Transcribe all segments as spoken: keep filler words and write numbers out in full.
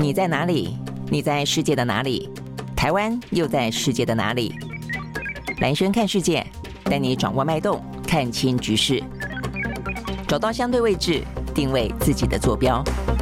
你在哪里？你在世界的哪里？台湾又在世界的哪里？蓝轩看世界，带你掌握脉动，看清局势，找到相对位置，定位自己的坐标。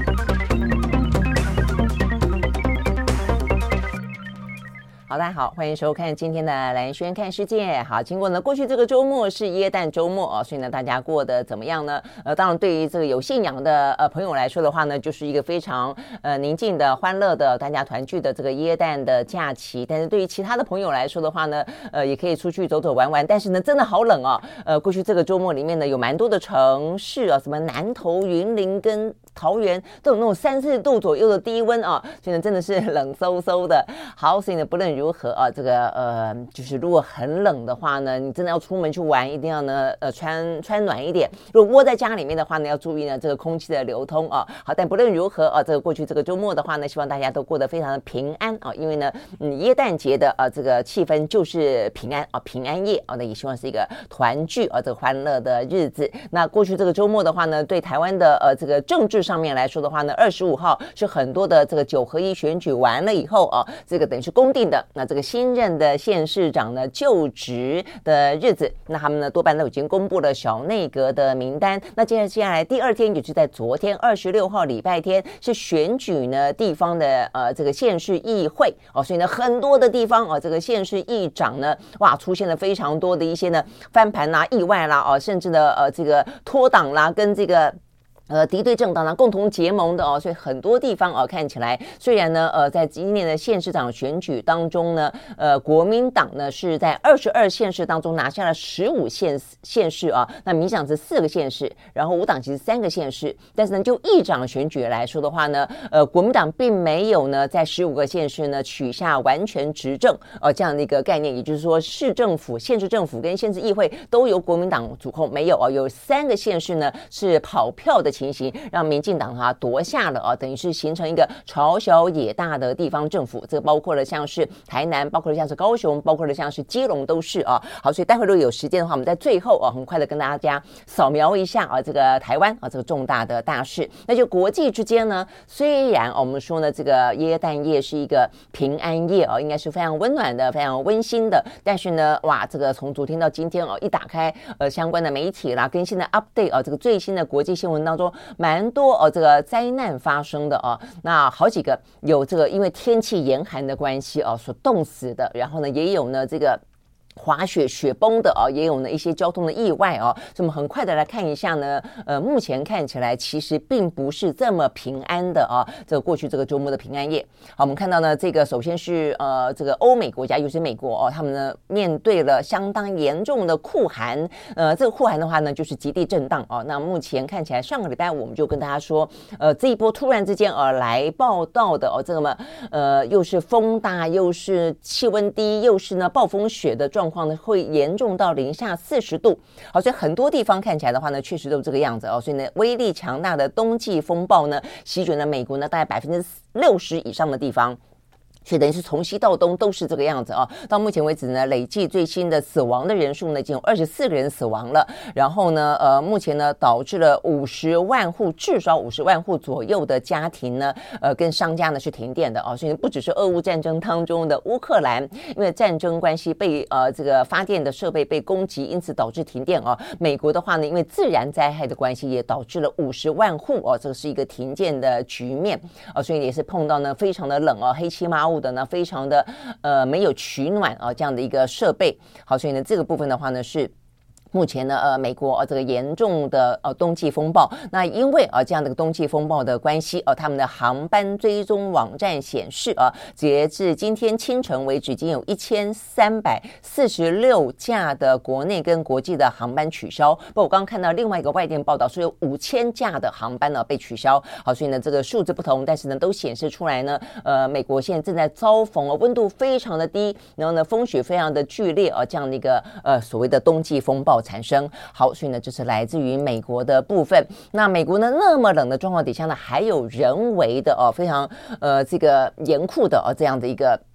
好，大家好，欢迎收看今天的蓝轩看世界。好，经过呢过去这个周末是耶诞周末哦，所以呢大家过得怎么样呢？呃，当然对于这个有信仰的呃朋友来说的话呢，就是一个非常呃宁静的、欢乐的、大家团聚的这个耶诞的假期。但是对于其他的朋友来说的话呢，呃，也可以出去走走玩玩。但是呢，真的好冷哦。呃，过去这个周末里面呢，有蛮多的城市啊，什么南投、云林跟桃园都有那种三十度左右的低温啊，所以呢真的是冷馊馊的。好，所以呢不论如何啊，这个呃，就是如果很冷的话呢，你真的要出门去玩，一定要呢呃穿穿暖一点。如果窝在家里面的话呢，要注意呢这个空气的流通啊。好，但不论如何啊，这个过去这个周末的话呢，希望大家都过得非常的平安啊，因为呢，嗯，耶诞节的啊这个气氛就是平安啊，平安夜啊，那也希望是一个团聚啊，这个欢乐的日子。那过去这个周末的话呢，对台湾的呃这个政治上面来说的话呢，二十五号是很多的这个九合一选举完了以后啊，这个等于是公定的。那这个新任的县市长呢就职的日子，那他们呢多半都已经公布了小内阁的名单。那接下来第二天，也就是在昨天二十六号礼拜天，是选举呢地方的呃这个县市议会哦，所以呢很多的地方哦，这个县市议长呢哇出现了非常多的一些呢翻盘啦、意外啦哦，甚至呢呃这个脱党啦跟这个。呃，敌对政党呢共同结盟的哦，所以很多地方哦看起来，虽然呢，呃，在今年的县市长选举当中呢，呃，国民党呢是在二十二县市当中拿下了十五县县市啊，那民进党是四个县市，然后无党籍是三个县市，但是呢，就议长选举来说的话呢，呃，国民党并没有呢在十五个县市呢取下完全执政呃这样的一个概念，也就是说，市政府、县市政府跟县市议会都由国民党主控，没有哦，有三个县市呢是跑票的情形，让民进党哈夺下了啊，等于是形成一个朝小野大的地方政府，这个包括了像是台南，包括了像是高雄，包括了像是基隆都是啊。好，所以待会如果有时间的话，我们在最后啊，很快的跟大家扫描一下啊，这个台湾啊这个重大的大事。那就国际之间呢，虽然我们说呢，这个耶诞夜是一个平安夜啊，应该是非常温暖的、非常温馨的，但是呢，哇，这个从昨天到今天哦，一打开呃相关的媒体啦，更新的 update 啊，这个最新的国际新闻当中。蛮多哦，这个灾难发生的哦，那好几个有这个因为天气严寒的关系哦，所冻死的，然后呢也有呢这个。滑雪雪崩的哦，也有呢一些交通的意外哦，所以我们很快的来看一下呢，呃，目前看起来其实并不是这么平安的啊。这个过去这个周末的平安夜，好，我们看到呢，这个首先是呃这个欧美国家，尤其是美国哦，他们呢面对了相当严重的酷寒，呃，这个酷寒的话呢就是极地震荡哦。那目前看起来，上个礼拜我们就跟大家说，呃，这一波突然之间而来报道的哦，这个么呃又是风大，又是气温低，又是呢暴风雪的状况。状况呢会严重到零下四十度，好，所以很多地方看起来的话呢，确实都这个样子哦。所以呢，威力强大的冬季风暴呢，席卷了美国呢大概百分之六十以上的地方。所以等于是从西到东都是这个样子啊。到目前为止呢，累计最新的死亡的人数呢，已经有二十四个人死亡了。然后呢，呃，目前呢，导致了五十万户，至少五十万户左右的家庭呢，呃，跟商家呢是停电的啊。所以不只是俄乌战争当中的乌克兰，因为战争关系被呃这个发电的设备被攻击，因此导致停电啊。美国的话呢，因为自然灾害的关系，也导致了五十万户哦，这个是一个停电的局面啊。所以也是碰到呢非常的冷哦，黑漆麻乌的呢，非常的呃没有取暖啊这样的一个设备。好，所以呢这个部分的话呢是。目前呢，呃，美国呃这个严重的呃冬季风暴，那因为啊、呃、这样的一个冬季风暴的关系，呃，他们的航班追踪网站显示啊、呃，截至今天清晨为止，已经有一千三百四十六架的国内跟国际的航班取消。不过我刚刚看到另外一个外电报道，说有五千架的航班呢被取消。好，所以呢这个数字不同，但是呢都显示出来呢，呃，美国现在正在遭逢温度非常的低，然后呢风雪非常的剧烈啊、呃，这样的一个呃所谓的冬季风暴产生。好，所以呢这是来自于美国的部分。那美国呢那么冷的状况底下呢，还有人为的哦非常呃这个严酷的哦这样的一个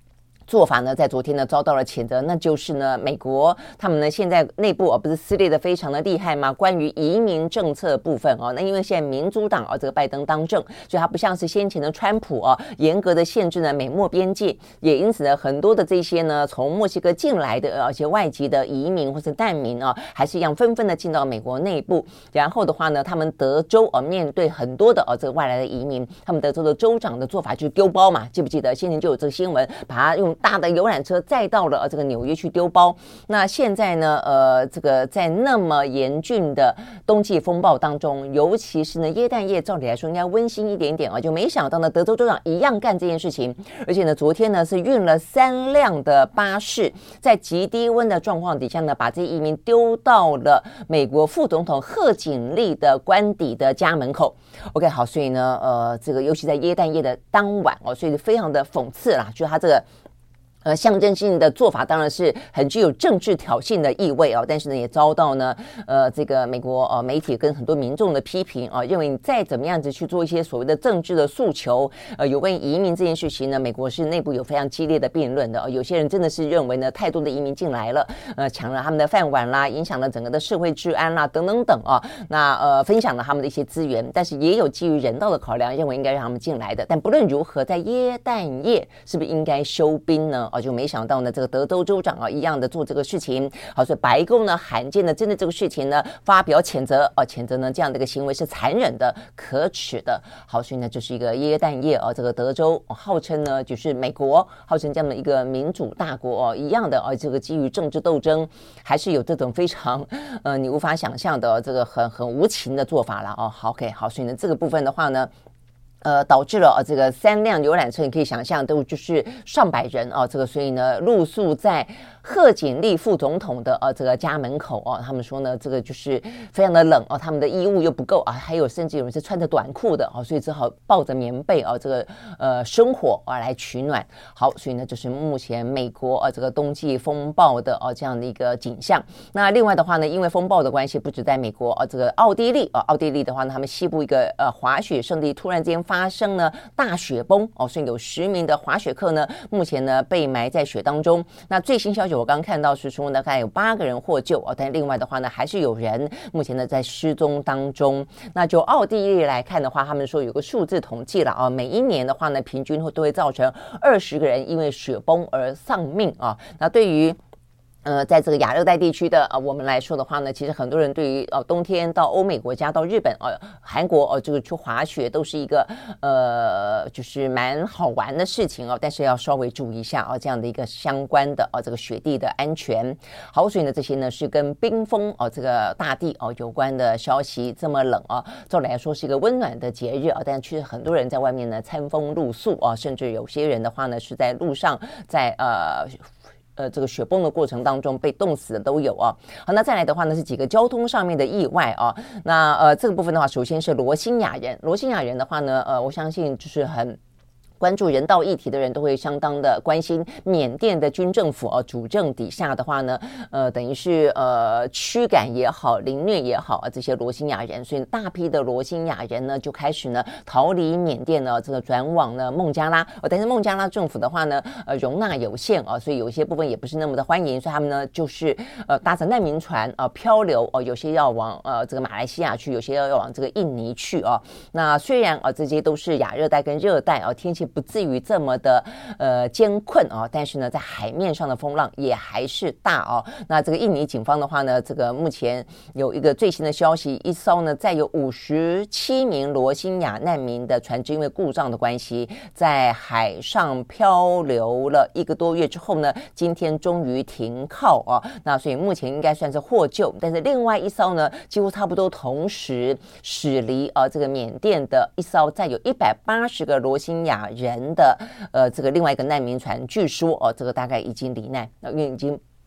做法呢，在昨天呢遭到了谴责，那就是呢，美国他们呢现在内部哦不是撕裂的非常的厉害吗？关于移民政策部分哦，那因为现在民主党哦这个拜登当政，所以他不像是先前的川普哦，严格的限制呢美墨边界，也因此呢很多的这些呢从墨西哥进来的而且外籍的移民或是难民啊，还是一样纷纷的进到美国内部。然后的话呢，他们德州哦面对很多的哦这个外来的移民，他们德州的州长的做法就是丢包嘛，记不记得先前就有这个新闻，把他用大的游览车载到了这个纽约去丢包。那现在呢呃这个在那么严峻的冬季风暴当中，尤其是呢耶诞夜照理来说应该温馨一点点啊，就没想到呢德州州长一样干这件事情。而且呢昨天呢是运了三辆的巴士，在极低温的状况底下呢，把这些移民丢到了美国副总统贺锦丽的官邸的家门口。 OK 好，所以呢呃这个尤其在耶诞夜的当晚哦，所以非常的讽刺啦，就是他这个呃，象征性的做法当然是很具有政治挑衅的意味哦，但是呢，也遭到呢，呃，这个美国呃媒体跟很多民众的批评啊、呃，认为你再怎么样子去做一些所谓的政治的诉求，呃，有关于移民这件事情呢，美国是内部有非常激烈的辩论的、呃。有些人真的是认为呢，太多的移民进来了，呃，抢了他们的饭碗啦，影响了整个的社会治安啦，等等等啊。那呃，分享了他们的一些资源，但是也有基于人道的考量，认为应该让他们进来的。但不论如何，在耶诞夜是不是应该休兵呢？啊，就没想到呢，这个德州州长啊一样的做这个事情。好，所以白宫呢罕见的针对这个事情呢发表谴责啊，谴责呢这样的一个行为是残忍的、可耻的。好，所以呢就是一个耶诞夜啊，这个德州、哦、号称呢就是美国号称这样的一个民主大国哦，一样的啊，这个基于政治斗争还是有这种非常呃你无法想象的这个很很无情的做法了哦。好 ，OK， 好，所以呢这个部分的话呢。呃，导致了、呃、这个三辆游览车，你可以想象都就是上百人啊、呃，这个所以呢，露宿在贺锦丽副总统的呃这个家门口哦、呃，他们说呢，这个就是非常的冷哦、呃，他们的衣物又不够啊，还有甚至有人是穿着短裤的哦、呃，所以只好抱着棉被啊、呃，这个呃生火啊、呃、来取暖。好，所以呢，就是目前美国啊、呃、这个冬季风暴的哦、呃、这样的一个景象。那另外的话呢，因为风暴的关系，不止在美国啊、呃，这个奥地利啊、呃，奥地利的话呢，他们西部一个呃滑雪胜地突然间发生了大雪崩哦，所以有十名的滑雪客呢，目前呢被埋在雪当中。那最新消息我刚刚看到是说呢，大概有八个人获救哦，但另外的话呢，还是有人目前呢在失踪当中。那就奥地利来看的话，他们说有个数字统计了啊，每一年的话呢，平均会都会造成二十个人因为雪崩而丧命啊。那对于呃，在这个亚热带地区的呃，我们来说的话呢，其实很多人对于呃冬天到欧美国家、到日本、呃韩国哦、呃，这个去滑雪都是一个呃，就是蛮好玩的事情哦。但是要稍微注意一下哦，这样的一个相关的哦，这个雪地的安全。好，所以呢，这些呢是跟冰封哦，这个大地哦有关的消息。这么冷啊，照理来说是一个温暖的节日啊，但其实很多人在外面呢餐风露宿啊，甚至有些人的话呢是在路上在呃。呃，这个雪崩的过程当中被冻死的都有啊。好，那再来的话呢是几个交通上面的意外啊。那呃这个部分的话，首先是罗兴亚人，罗兴亚人的话呢，呃，我相信就是很关注人道议题的人都会相当的关心缅甸的军政府哦，主政底下的话呢，呃，等于是呃驱赶也好，凌虐也好啊，这些罗兴亚人，所以大批的罗兴亚人呢就开始呢逃离缅甸呢，这个转往了孟加拉。哦，但是孟加拉政府的话呢，呃，容纳有限啊，所以有一些部分也不是那么的欢迎，所以他们呢就是呃搭着难民船啊、呃、漂流哦、呃，有些要往呃这个马来西亚去，有些要往这个印尼去啊。那虽然啊、呃、这些都是亚热带跟热带啊，天气不至于这么的呃艰困啊，但是呢，在海面上的风浪也还是大啊。那这个印尼警方的话呢，这个目前有一个最新的消息，一艘呢载有五十七名罗兴亚难民的船只，因为故障的关系，在海上漂流了一个多月之后呢，今天终于停靠啊。那所以目前应该算是获救，但是另外一艘呢，几乎差不多同时驶离啊这个缅甸的一艘载有一百八十个罗兴亚人的呃这个另外一个难民船，据说哦这个大概已经罹难，因为已经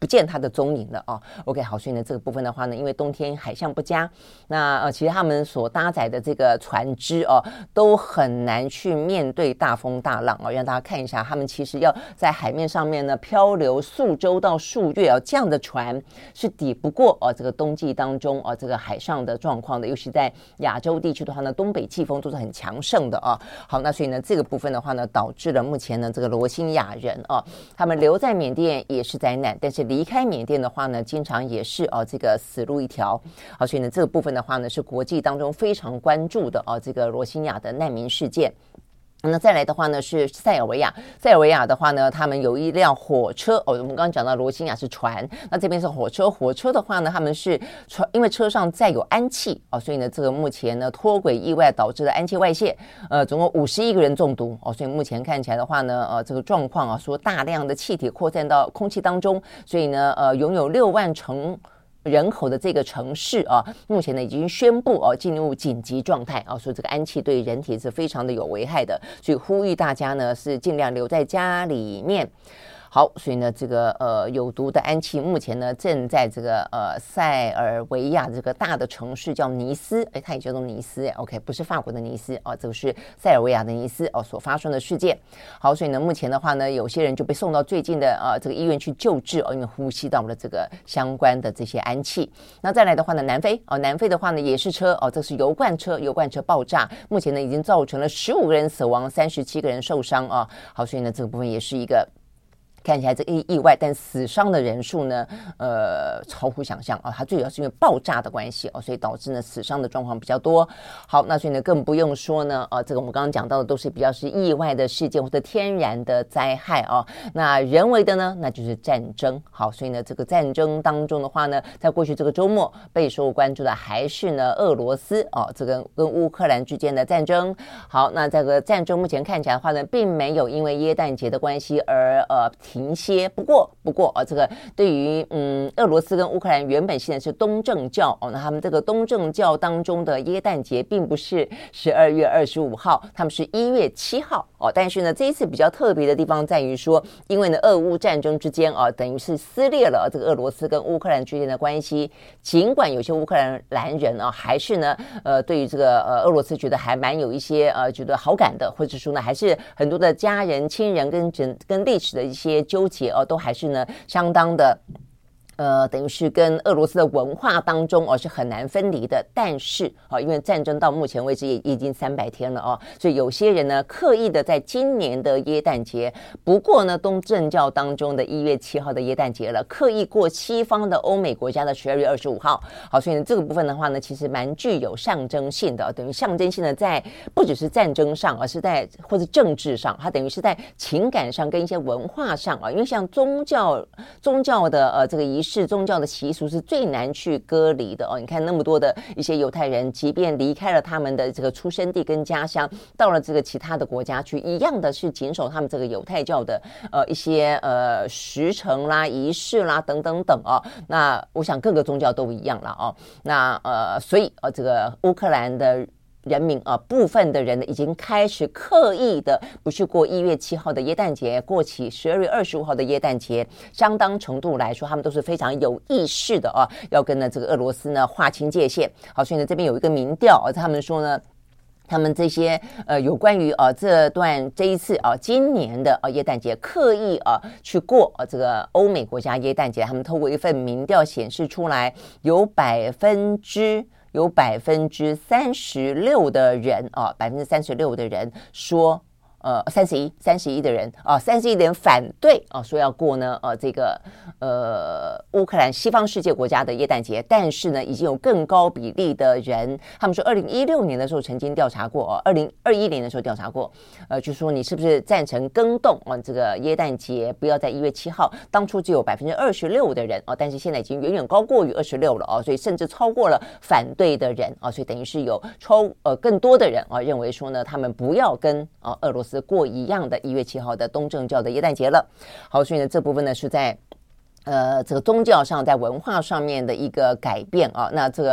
不见它的踪影了哦。OK， 好，所以呢这个部分的话呢，因为冬天海象不佳，那呃其实他们所搭载的这个船只哦，都很难去面对大风大浪哦。让大家看一下，他们其实要在海面上面呢漂流数周到数月哦，这样的船是抵不过哦这个冬季当中哦这个海上的状况的，尤其在亚洲地区的话呢，东北季风都是很强盛的哦。好，那所以呢这个部分的话呢，导致了目前呢这个罗兴亚人哦，他们留在缅甸也是灾难，但是离开缅甸的话呢，经常也是哦这个死路一条。好，所以呢这个部分的话呢，是国际当中非常关注的哦这个罗兴亚的难民事件。那再来的话呢是塞尔维亚，塞尔维亚的话呢，他们有一辆火车哦，我们刚刚讲到罗兴亚是船，那这边是火车，火车的话呢，他们是船，因为车上载有氨气哦，所以呢，这个目前呢脱轨意外导致的氨气外泄，呃，总共五十一个人中毒哦，所以目前看起来的话呢，呃，这个状况啊，说大量的气体扩散到空气当中，所以呢，呃，拥有六万乘人口的这个城市啊，目前呢已经宣布哦进入紧急状态啊，说这个氨气对人体是非常的有危害的，所以呼吁大家呢是尽量留在家里面。好，所以呢，这个呃有毒的氨气目前呢正在这个呃塞尔维亚这个大的城市叫尼斯，哎，它也叫做尼斯 ，OK， 不是法国的尼斯哦，这个是塞尔维亚的尼斯哦所发生的事件。好，所以呢，目前的话呢，有些人就被送到最近的呃这个医院去救治哦，因为呼吸到了这个相关的这些氨气。那再来的话呢，南非哦，南非的话呢也是车哦，这是油罐车，油罐车爆炸，目前呢已经造成了十五个人死亡，三十七个人受伤啊。好，所以呢这个部分也是一个。看起来这个意外，但死伤的人数呢，呃，超乎想象啊！它最主要是因为爆炸的关系哦，所以导致呢死伤的状况比较多。好，那所以呢更不用说呢，呃，这个我们刚刚讲到的都是比较是意外的事件或者天然的灾害啊。那人为的呢，那就是战争。好，所以呢这个战争当中的话呢，在过去这个周末备受关注的还是呢俄罗斯哦，这个跟乌克兰之间的战争。好，那这个战争目前看起来的话呢，并没有因为耶诞节的关系而呃。停歇，不过不过啊，这个对于嗯俄罗斯跟乌克兰原本现在是东正教哦，那他们这个东正教当中的耶诞节并不是十二月二十五号，他们是一月七号哦。但是呢，这一次比较特别的地方在于说，因为呢俄乌战争之间啊，等于是撕裂了这个俄罗斯跟乌克兰之间的关系。尽管有些乌克兰人啊，还是呢呃对于这个呃俄罗斯觉得还蛮有一些呃觉得好感的，或者说呢还是很多的家人亲人跟跟历史的一些纠结哦，都还是呢相当的呃，等于是跟俄罗斯的文化当中哦是很难分离的。但是哦，因为战争到目前为止也已经三百天了哦，所以有些人呢刻意的在今年的耶诞节，不过呢东正教当中的一月七号的耶诞节了，刻意过西方的欧美国家的十二月二十五号。好，所以呢这个部分的话呢，其实蛮具有象征性的，等于象征性的在不只是战争上，而是在或者政治上，它等于是在情感上跟一些文化上啊，因为像宗教宗教的呃这个仪式。是宗教的习俗是最难去割离的哦。你看那么多的一些犹太人，即便离开了他们的这个出生地跟家乡，到了这个其他的国家去，一样的是谨守他们这个犹太教的呃一些呃时程啦、仪式啦等等等哦。那我想各个宗教都一样了哦。那呃，所以呃这个乌克兰的人民啊，部分的人呢已经开始刻意的不去过一月七号的耶诞节，过起十二月二十五号的耶诞节，相当程度来说，他们都是非常有意识的啊，要跟呢这个俄罗斯呢划清界限。好，所以呢这边有一个民调啊，他们说呢。他们这些呃有关于啊这段这一次啊今年的啊耶诞节刻意啊去过啊这个欧美国家耶诞节，他们透过一份民调显示出来，有百分之有百分之三十六的人啊百分之三十六的人说。呃，三十一，三十一的人啊，三十一的人反对啊，说要过呢，呃，这个呃乌克兰西方世界国家的耶诞节，但是呢，已经有更高比例的人，他们说，二零一六年的时候曾经调查过，哦，二零二一年的时候调查过，呃，就说你是不是赞成更动啊，这个耶诞节不要在一月七号，当初只有百分之二十六的人啊，但是现在已经远远高过于二十六了哦，所以甚至超过了反对的人啊，所以等于是有超呃更多的人啊认为说呢，他们不要跟啊俄罗斯过一样的一月七号的东正教的耶诞节了。好，所以呢这部分呢是在呃这个宗教上在文化上面的一个改变啊。那这个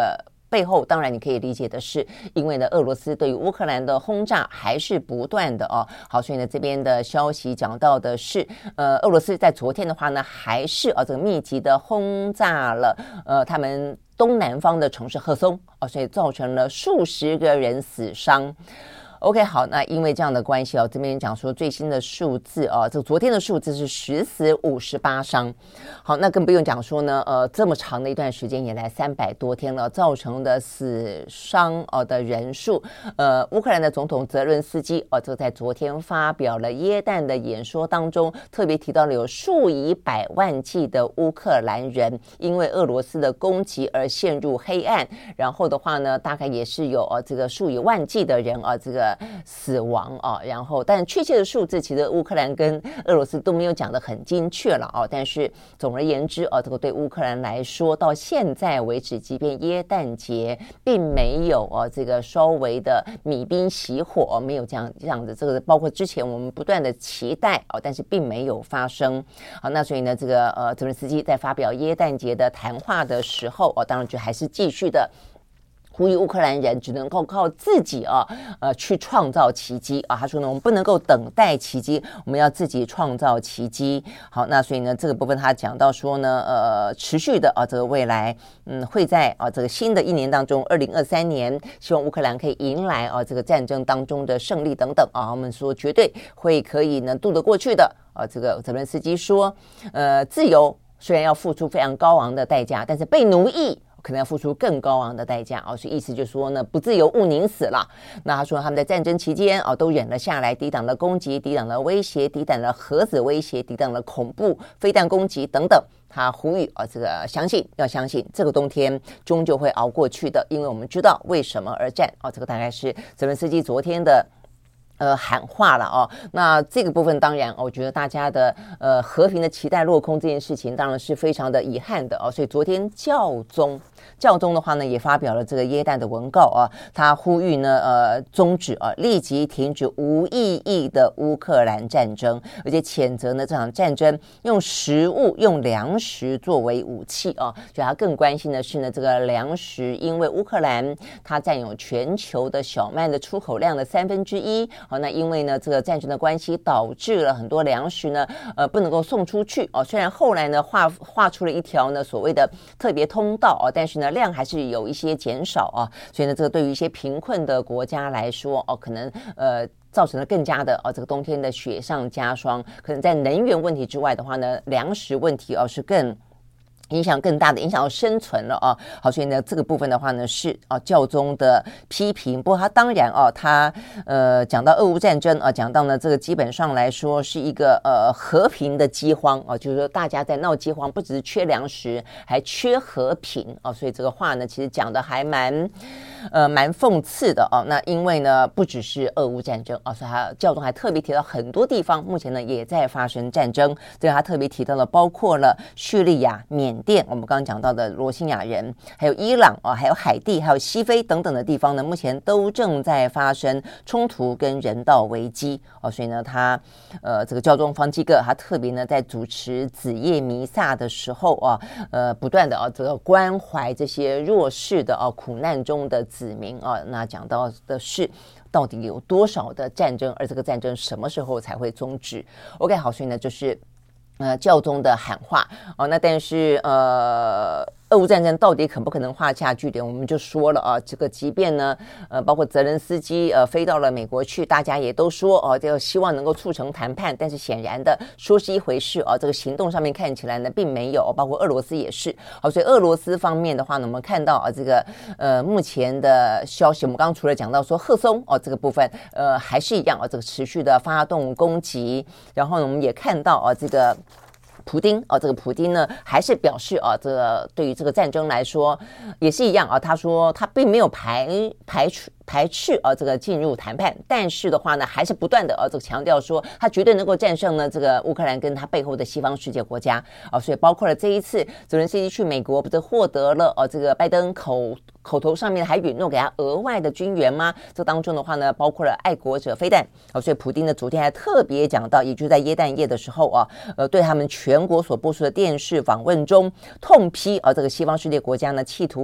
背后当然你可以理解的是，因为呢俄罗斯对于乌克兰的轰炸还是不断的哦。好，所以呢这边的消息讲到的是，呃，俄罗斯在昨天的话呢，还是啊、哦、这个密集的轰炸了呃他们东南方的城市赫松哦，所以造成了数十个人死伤。OK， 好，那因为这样的关系哦，这边讲说最新的数字哦，这个昨天的数字是十死五十八伤。好，那更不用讲说呢，呃，这么长的一段时间以来，三百多天了，造成的死伤哦的人数，呃，乌克兰的总统泽伦斯基哦，这在昨天发表了耶诞的演说当中，特别提到了有数以百万计的乌克兰人因为俄罗斯的攻击而陷入黑暗，然后的话呢，大概也是有哦这个数以万计的人啊、哦、这个。死亡啊，然后但确切的数字其实乌克兰跟俄罗斯都没有讲得很精确了啊，但是总而言之啊，这个对乌克兰来说，到现在为止，即便耶诞节并没有啊这个稍微的米兵熄火，没有这样这样子，这个包括之前我们不断的期待啊，但是并没有发生。好，那所以呢，这个呃泽连斯基在发表耶诞节的谈话的时候啊，当然就还是继续的。呼吁乌克兰人只能够靠自己啊，呃，去创造奇迹啊。他说呢，我们不能够等待奇迹，我们要自己创造奇迹。好，那所以呢，这个部分他讲到说呢，呃，持续的啊，这个未来，嗯，会在啊这个新的一年当中，二零二三年，希望乌克兰可以迎来啊这个战争当中的胜利等等啊。我们说绝对会可以呢度得过去的啊。这个泽连斯基说，呃，自由虽然要付出非常高昂的代价，但是被奴役可能要付出更高昂的代价哦，所以意思就是说呢，不自由勿宁死了。那他说他们在战争期间哦都忍了下来，抵挡了攻击，抵挡了威胁，抵挡了核子威胁，抵挡了恐怖飞弹攻击等等。他呼吁啊、哦，这个相信要相信这个冬天终究会熬过去的，因为我们知道为什么而战哦。这个大概是泽连斯基昨天的。呃，喊话了哦，那这个部分当然，我觉得大家的呃和平的期待落空这件事情，当然是非常的遗憾的哦。所以昨天教宗教宗的话呢，也发表了这个耶诞的文告啊，他呼吁呢，呃，终止啊，立即停止无意义的乌克兰战争，而且谴责呢这场战争用食物、用粮食作为武器啊。所以他更关心的是呢，这个粮食，因为乌克兰它占有全球的小麦的出口量的三分之一。好，那因为呢这个战争的关系，导致了很多粮食呢呃不能够送出去哦。虽然后来呢画画出了一条呢所谓的特别通道哦，但是呢量还是有一些减少啊。所以呢这个对于一些贫困的国家来说哦，可能呃造成了更加的哦这个冬天的雪上加霜。可能在能源问题之外的话呢，粮食问题哦是更影响更大的，影响到生存了啊。好，所以呢，这个部分的话呢是啊教宗的批评。不过他当然哦，他呃讲到俄乌战争啊，讲到呢这个基本上来说是一个呃和平的饥荒啊，就是说大家在闹饥荒，不只是缺粮食，还缺和平啊。所以这个话呢，其实讲的还蛮呃蛮讽刺的啊。那因为呢，不只是俄乌战争啊，所以他教宗还特别提到很多地方目前呢也在发生战争。这个他特别提到了，包括了叙利亚、缅甸，我们刚刚讲到的罗兴亚人，还有伊朗啊，还有海地，还有西非等等的地方呢，目前都正在发生冲突跟人道危机哦。所以呢，他呃这个教宗方济各他特别呢在主持子夜弥撒的时候啊，呃不断的啊这个关怀这些弱势的啊苦难中的子民啊。那讲到的是，到底有多少的战争，而这个战争什么时候才会终止 ？OK， 好，所以呢就是呃教宗的喊话哦。那但是呃。俄乌战争到底可不可能画下句点？我们就说了啊，这个即便呢，呃，包括泽连斯基呃飞到了美国去，大家也都说哦，这个希望能够促成谈判，但是显然的说是一回事啊，这个行动上面看起来呢并没有，包括俄罗斯也是。好，所以俄罗斯方面的话呢，我们看到啊，这个呃目前的消息，我们刚刚除了讲到说赫松哦这个部分，呃还是一样啊，这个持续的发动攻击，然后呢我们也看到啊这个。普丁啊，这个普丁呢，还是表示啊，这个对于这个战争来说也是一样啊。他说他并没有排排除排斥啊这个进入谈判，但是的话呢，还是不断的啊这个强调说，他绝对能够战胜呢这个乌克兰跟他背后的西方世界国家啊。所以包括了这一次泽连斯基去美国，不是获得了啊这个拜登口口头上面还允诺给他额外的军援吗？这当中的话呢，包括了爱国者飞弹啊。所以普丁呢昨天还特别讲到，也就是在耶诞夜的时候啊，呃对他们全全国所播出的电视访问中，痛批啊这个西方世界国家呢，企图让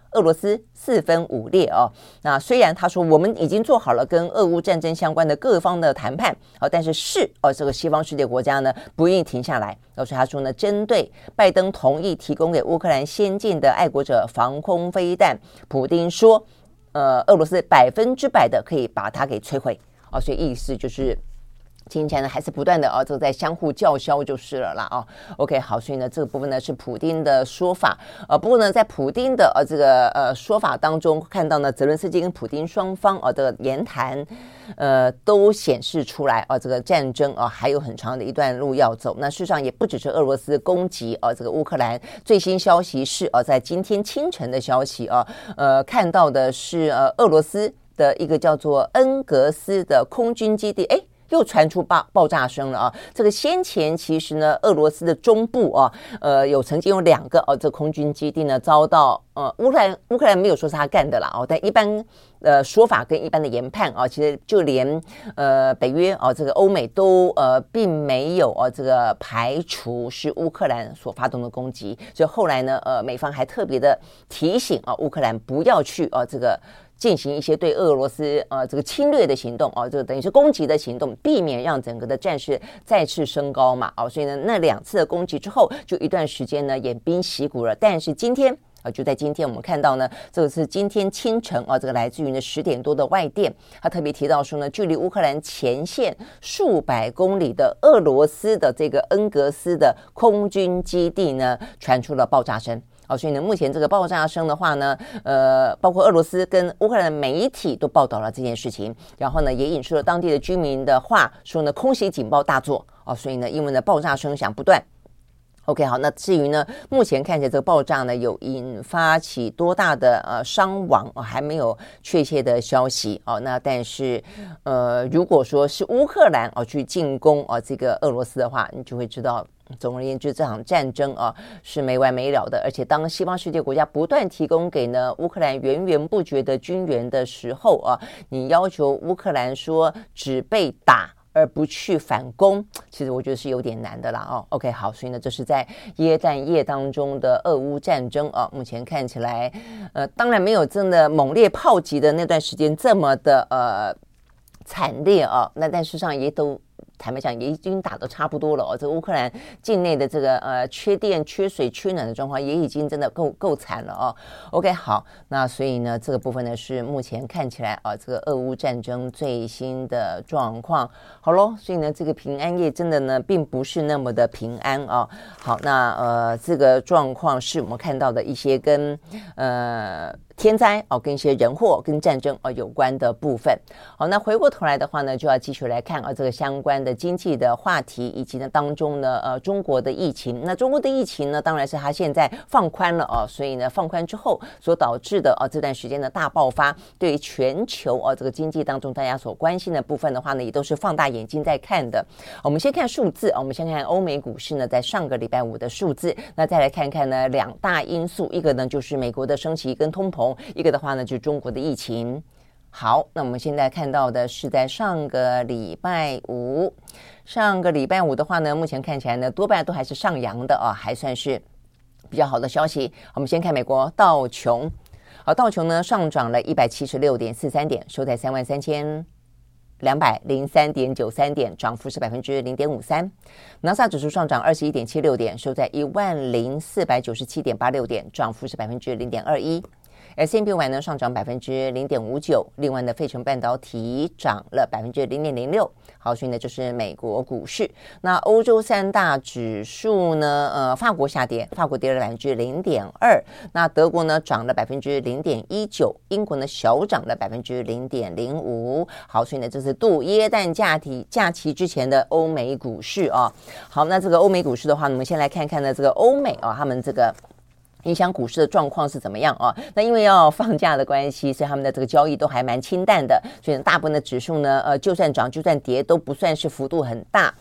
俄罗斯四分五裂哦。那虽然他说我们已经做好了跟俄乌战争相关的各方的谈判哦，但是是哦这个西方世界国家呢不愿意停下来。所以他说呢，针对拜登同意提供给乌克兰先进的爱国者防空飞弹，普丁说，呃，俄罗斯百分之百的可以把它给摧毁哦，所以意思就是。听起来呢还是不断的哦，这个在相互叫嚣就是了啦哦。OK， 好，所以呢这个部分呢是普丁的说法，呃，不过呢在普丁的呃这个呃说法当中，看到呢泽伦斯基跟普丁双方哦的言谈，呃都显示出来哦，这个战争啊、哦、还有很长的一段路要走。那事实上也不只是俄罗斯攻击哦这个乌克兰，最新消息是哦在今天清晨的消息啊、哦，呃看到的是呃俄罗斯的一个叫做恩格斯的空军基地，哎。又传出爆爆炸声了啊！这个先前其实呢，俄罗斯的中部啊，呃，有曾经有两个哦，这空军基地呢遭到呃乌克兰乌克兰没有说是他干的啦哦，但一般呃说法跟一般的研判啊，其实就连呃北约哦，这个欧美都呃并没有哦这个排除是乌克兰所发动的攻击，所以后来呢，呃美方还特别的提醒啊乌克兰不要去啊这个。进行一些对俄罗斯呃这个侵略的行动哦，这个等于是攻击的行动，避免让整个的战事再次升高嘛哦，所以呢那两次的攻击之后，就一段时间呢偃兵息鼓了。但是今天啊，就在今天我们看到呢，这个是今天清晨啊，这个来自于呢十点多的外电，他特别提到说呢，距离乌克兰前线数百公里的俄罗斯的这个恩格斯的空军基地呢，传出了爆炸声。哦，所以呢，目前这个爆炸声的话呢，呃，包括俄罗斯跟乌克兰的媒体都报道了这件事情，然后呢，也引述了当地的居民的话，说呢，空袭警报大作哦，所以呢，因为呢，爆炸声响不断。OK， 好，那至于呢，目前看起来这个爆炸呢，有引发起多大的呃伤亡、哦、还没有确切的消息哦。那但是呃，如果说是乌克兰哦去进攻哦这个俄罗斯的话，你就会知道。总而言之，这场战争啊是没完没了的，而且当西方世界国家不断提供给呢乌克兰源源不绝的军援的时候啊，你要求乌克兰说只被打而不去反攻，其实我觉得是有点难的啦哦。OK， 好，所以呢，这是在耶诞夜当中的俄乌战争啊，目前看起来，呃，当然没有真的猛烈炮击的那段时间这么的呃惨烈啊，那但事实上也都。坦白讲也已经打得差不多了哦，这个乌克兰境内的这个呃缺电、缺水、缺暖的状况也已经真的够够惨了哦。OK， 好，那所以呢这个部分呢是目前看起来啊这个俄乌战争最新的状况。好咯，所以呢这个平安夜真的呢并不是那么的平安啊。好，那呃这个状况是我们看到的一些跟呃。天灾哦，跟一些人祸、跟战争哦有关的部分。好，那回过头来的话呢，就要继续来看啊这个相关的经济的话题，以及呢当中呢呃中国的疫情。那中国的疫情呢，当然是它现在放宽了哦，所以呢放宽之后所导致的哦这段时间的大爆发，对于全球哦这个经济当中大家所关心的部分的话呢，也都是放大眼睛在看的。我们先看数字，我们先看欧美股市呢在上个礼拜五的数字，那再来看看呢两大因素，一个呢就是美国的升息跟通膨。一个的话呢就是中国的疫情。好，那我们现在看到的是在上个礼拜五上个礼拜五的话呢，目前看起来呢多半都还是上扬的啊，还算是比较好的消息。我们先看美国道琼，好，道琼呢上涨了一百七十六点四三点，收在三万三千两百零三点九三点，涨幅是百分之零点五三。纳斯达克指数上涨二十一点七六点，收在一万零四百九十七点八六点，涨幅是百分之零点二一。S and P 五百呢上涨百分之零点五九，另外呢，费城半导体涨了百分之零点零六。好，所以呢，就是美国股市。那欧洲三大指数呢，呃，法国下跌，法国跌了百分之零点二。那德国呢涨了百分之零点一九，英国呢小涨了百分之零点零五。好，所以呢，这是度耶诞假期假期之前的欧美股市啊。好，那这个欧美股市的话，我们先来看看呢，这个欧美啊，他们这个。影响股市的状况是怎么样啊？那因为要放假的关系，所以他们的这个交易都还蛮清淡的，所以大部分的指数呢，呃，就算涨就算跌都不算是幅度很大。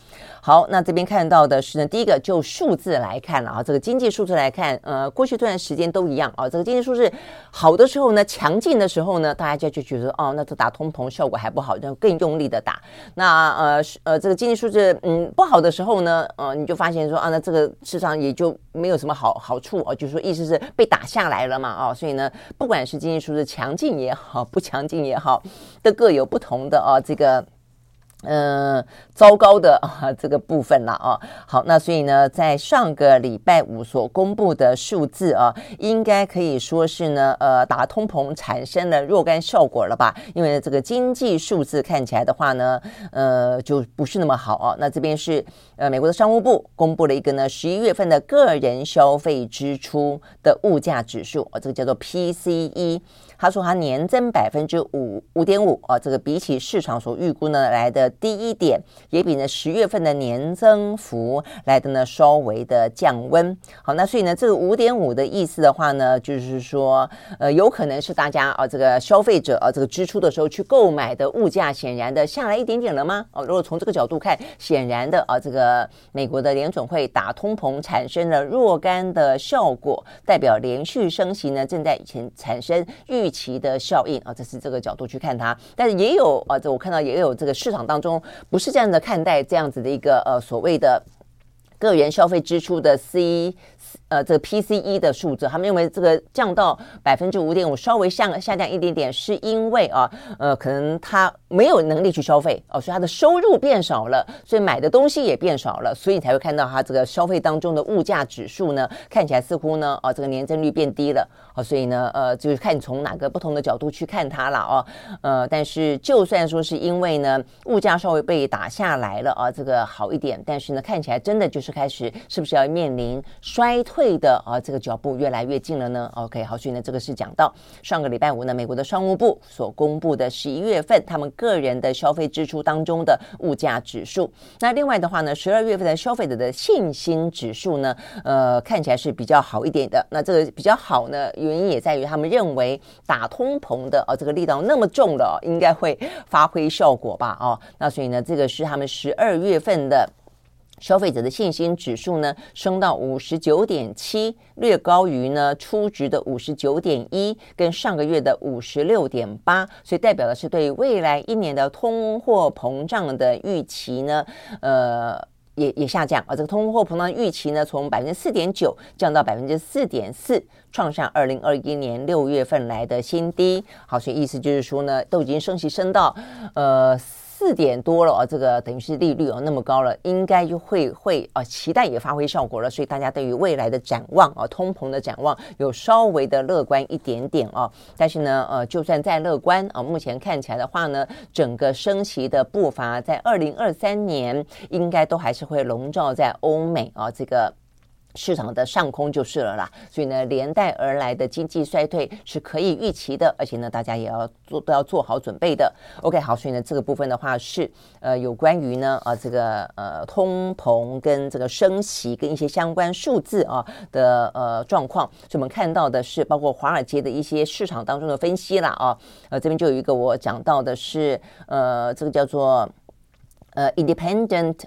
好，那这边看到的是呢，第一个就数字来看了啊，这个经济数字来看，呃，过去这段时间都一样啊，这个经济数字好的时候呢，强劲的时候呢，大家就就觉得哦，那这打通膨效果还不好，就更用力的打。那呃呃，这个经济数字嗯不好的时候呢，呃，你就发现说啊，那这个市场也就没有什么好好处哦，就是说意思是被打下来了嘛，哦，所以呢，不管是经济数字强劲也好，不强劲也好，都各有不同的哦，这个。嗯，糟糕的啊这个部分了啊。好，那所以呢，在上个礼拜五所公布的数字啊，应该可以说是呢，呃，打通膨产生了若干效果了吧？因为这个经济数字看起来的话呢，呃，就不是那么好啊。那这边是呃，美国的商务部公布了一个呢，十一月份的个人消费支出的物价指数啊，这个叫做 P C E。他说他年增百分之五五点五啊，这个比起市场所预估呢来的低一点，也比呢十月份的年增幅来的呢稍微的降温。好，那所以呢这个五点五的意思的话呢，就是说呃有可能是大家啊这个消费者啊这个支出的时候去购买的物价显然的下来一点点了吗？哦，如果从这个角度看，显然的啊这个美国的联准会打通膨产生了若干的效果，代表连续升息呢正在以前产生预预期的效应啊，这是这个角度去看它，但是也有啊，这我看到也有这个市场当中不是这样的看待这样子的一个呃所谓的个人消费支出的 C 呃这个 P C E 的数字，他们认为这个降到百分之五点五，稍微下下降一点点，是因为啊呃可能他没有能力去消费哦，所以他的收入变少了，所以买的东西也变少了，所以才会看到他这个消费当中的物价指数呢，看起来似乎呢，哦，这个年增率变低了哦，所以呢，呃，就是看从哪个不同的角度去看它了哦，呃，但是就算说是因为呢，物价稍微被打下来了啊，这个好一点，但是呢，看起来真的就是开始是不是要面临衰退的啊，这个脚步越来越近了呢 ？OK， 好，所以呢，这个是讲到上个礼拜五呢，美国的商务部所公布的十一月份他们个人的消费支出当中的物价指数。那另外的话呢，十二月份的消费者的信心指数呢，呃，看起来是比较好一点的。那这个比较好呢，原因也在于他们认为打通膨的哦，这个力道那么重了，应该会发挥效果吧？哦，那所以呢，这个是他们十二月份的消费者的信心指数呢，升到 五十九点七， 略高于呢初值的 五十九点一， 跟上个月的 五十六点八， 所以代表的是对未来一年的通货膨胀的预期呢，呃也也下降啊，这个通货膨胀预期呢，从 百分之四点九 降到 百分之四点四， 创下二零二一年六月份来的新低。好，所以意思就是说呢，都已经升息升到呃四点多了啊，这个等于是利率啊那么高了，应该就会会啊期待也发挥效果了，所以大家对于未来的展望啊，通膨的展望有稍微的乐观一点点啊。但是呢，呃，就算再乐观啊，目前看起来的话呢，整个升息的步伐在二零二三年应该都还是会笼罩在欧美啊这个市场的上空就是了啦，所以呢，连带而来的经济衰退是可以预期的，而且呢，大家也要做都要做好准备的。OK， 好，所以呢，这个部分的话是呃有关于呢呃这个呃通膨跟这个升息跟一些相关数字啊的呃状况，所以我们看到的是包括华尔街的一些市场当中的分析啦啊，呃这边就有一个我讲到的是呃这个叫做呃 Independent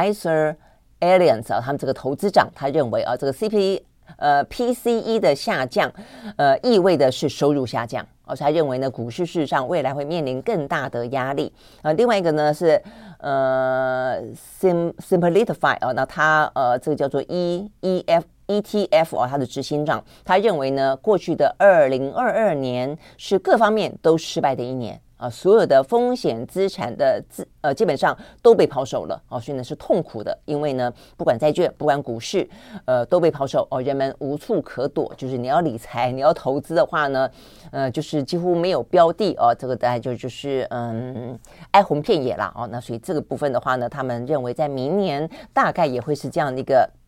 Advisor。Allianz 啊，他们这个投资长他认为啊，这个 C P 呃 P C E 的下降，呃，意味的是收入下降，而、哦、且他认为呢，股市事实上未来会面临更大的压力。呃，另外一个呢是呃 Sim Simplify 啊、哦，那他呃这个叫做 E E F E T F 啊、哦，他的执行长他认为呢，过去的二零二二年是各方面都失败的一年。啊，所有的风险资产的资呃，基本上都被抛售了哦，所以呢是痛苦的，因为呢，不管债券，不管股市，呃，都被抛售哦，人们无处可躲，就是你要理财，你要投资的话呢，呃，就是几乎没有标的哦，这个大概就就是嗯，哀鸿遍野啦哦，那所以这个部分的话呢，他们认为在明年大概也会是这样的一个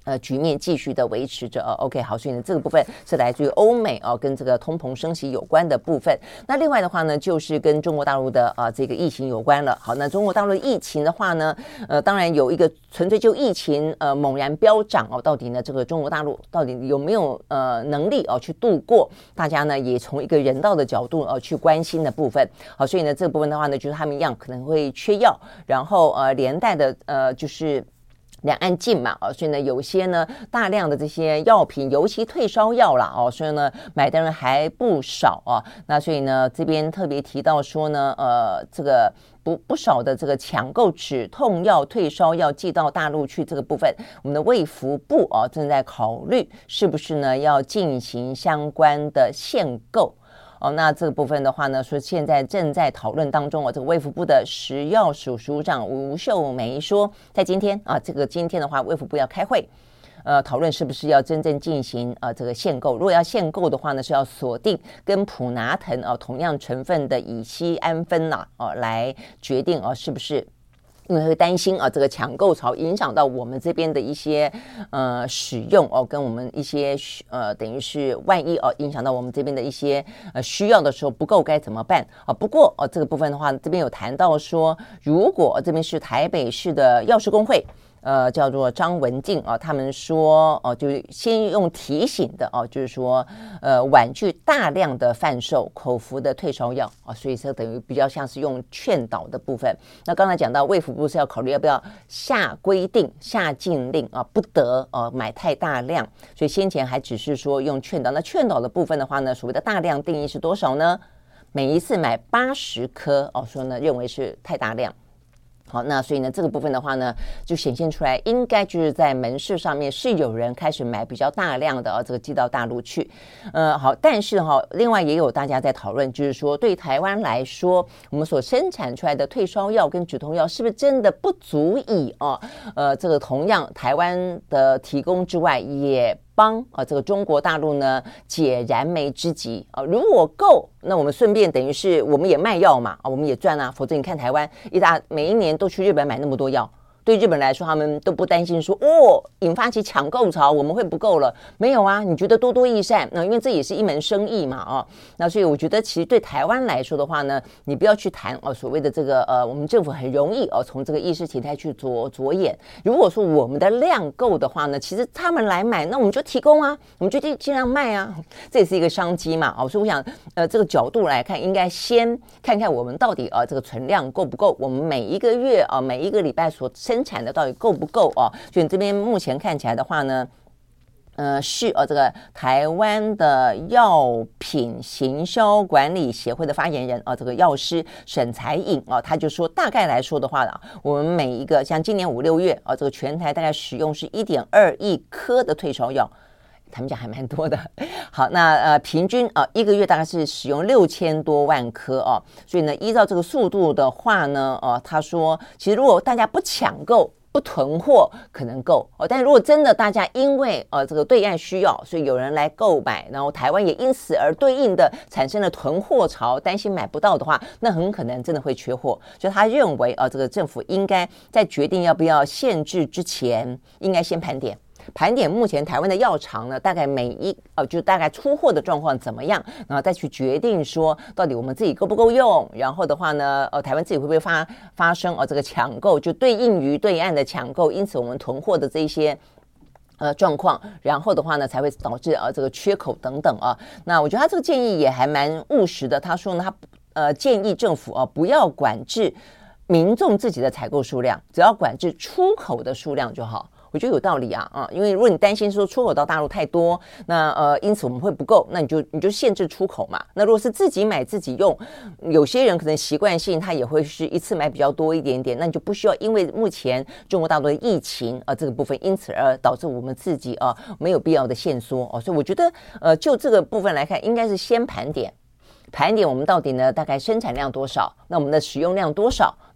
呃，局面继续的维持着、哦、OK， 好，所以呢，这个部分是来自于欧美哦，跟这个通膨升息有关的部分。那另外的话呢，就是跟中国大陆的呃这个疫情有关了。好，那中国大陆的疫情的话呢，呃，当然有一个纯粹就疫情呃猛然飙涨哦，到底呢这个中国大陆到底有没有呃能力哦去度过？大家呢也从一个人道的角度呃去关心的部分。好，所以呢这部分的话呢，就是他们一样可能会缺药，然后呃连带的呃就是。两岸近嘛，哦，所以呢，有些呢大量的这些药品，尤其退烧药啦，哦，所以呢买的人还不少啊。那所以呢，这边特别提到说呢，呃，这个不不少的这个抢购止痛药、退烧药寄到大陆去这个部分，我们的卫福部啊正在考虑是不是呢要进行相关的限购。哦，那这个部分的话呢，说现在正在讨论当中哦。这个卫福部的食药署署长吴秀梅说，在今天啊，这个今天的话，卫福部要开会，呃，讨论是不是要真正进行呃这个限购。如果要限购的话呢，是要锁定跟普拿疼啊同样成分的乙酰氨酚呐啊来决定啊是不是。因为会担心啊，这个抢购潮影响到我们这边的一些呃使用哦，跟我们一些呃等于是万一哦影响到我们这边的一些呃需要的时候不够该怎么办啊？不过哦这个部分的话，这边有谈到说，如果这边是台北市的药师公会。呃，叫做张文静啊，他们说哦、呃，就是先用提醒的哦、啊，就是说呃，婉拒大量的贩售口服的退烧药啊，所以这等于比较像是用劝导的部分。那刚才讲到卫福部是要考虑要不要下规定、下禁令啊，不得呃、啊、买太大量，所以先前还只是说用劝导。那劝导的部分的话呢，所谓的大量定义是多少呢？每一次买八十颗哦，说呢认为是太大量。好，那所以呢，这个部分的话呢，就显现出来，应该就是在门市上面是有人开始买比较大量的啊，这个寄到大陆去。呃，好，但是哈、哦，另外也有大家在讨论，就是说对台湾来说，我们所生产出来的退烧药跟止痛药是不是真的不足以啊？呃，这个同样台湾的提供之外，也帮啊这个中国大陆呢解燃眉之急啊，如果够，那我们顺便等于是我们也卖药嘛啊，我们也赚啊，否则你看台湾一大每一年都去日本买那么多药。对日本来说，他们都不担心说哦，引发起抢购潮，我们会不够了。没有啊，你觉得多多益善，那因为这也是一门生意嘛，啊，那所以我觉得其实对台湾来说的话呢，你不要去谈哦所谓的这个呃，我们政府很容易哦从这个意识形态去着着眼。如果说我们的量够的话呢，其实他们来买，那我们就提供啊，我们就尽量卖啊，这也是一个商机嘛，哦，所以我想呃这个角度来看，应该先看看我们到底呃这个存量够不够，我们每一个月啊、呃、每一个礼拜所生产的到底够不够哦？所以这边目前看起来的话呢，呃，是呃这个台湾的药品行销管理协会的发言人啊、呃，这个药师沈才颖啊、呃，他就说，大概来说的话呢，我们每一个像今年五六月啊、呃，这个全台大概使用是一点二亿颗的退烧药。他们讲还蛮多的，好，那呃平均啊、呃、一个月大概是使用六千多万颗哦，所以呢，依照这个速度的话呢，呃，他说，其实如果大家不抢购、不囤货，可能够哦，但是如果真的大家因为呃这个对岸需要，所以有人来购买，然后台湾也因此而对应的产生了囤货潮，担心买不到的话，那很可能真的会缺货。所以他认为啊、呃，这个政府应该在决定要不要限制之前，应该先盘点。盘点目前台湾的药厂呢，大概每一呃，就大概出货的状况怎么样，然后再去决定说到底我们自己够不够用，然后的话呢，呃，台湾自己会不会发发生呃这个抢购，就对应于对岸的抢购，因此我们囤货的这一些。呃，状况，然后的话呢，才会导致呃这个缺口等等啊。那我觉得他这个建议也还蛮务实的。他说呢，他呃建议政府啊不要管制民众自己的采购数量，只要管制出口的数量就好。我觉得有道理啊啊，因为如果你担心说出口到大陆太多，那呃因此我们会不够，那你就你就限制出口嘛。那如果是自己买自己用，有些人可能习惯性他也会是一次买比较多一点点，那你就不需要因为目前中国大陆的疫情啊、呃、这个部分，因此而导致我们自己啊、呃、没有必要的限缩哦。所以我觉得呃就这个部分来看，应该是先盘点。盘点我们到底呢大概生产量多少，那我们的使用量多少，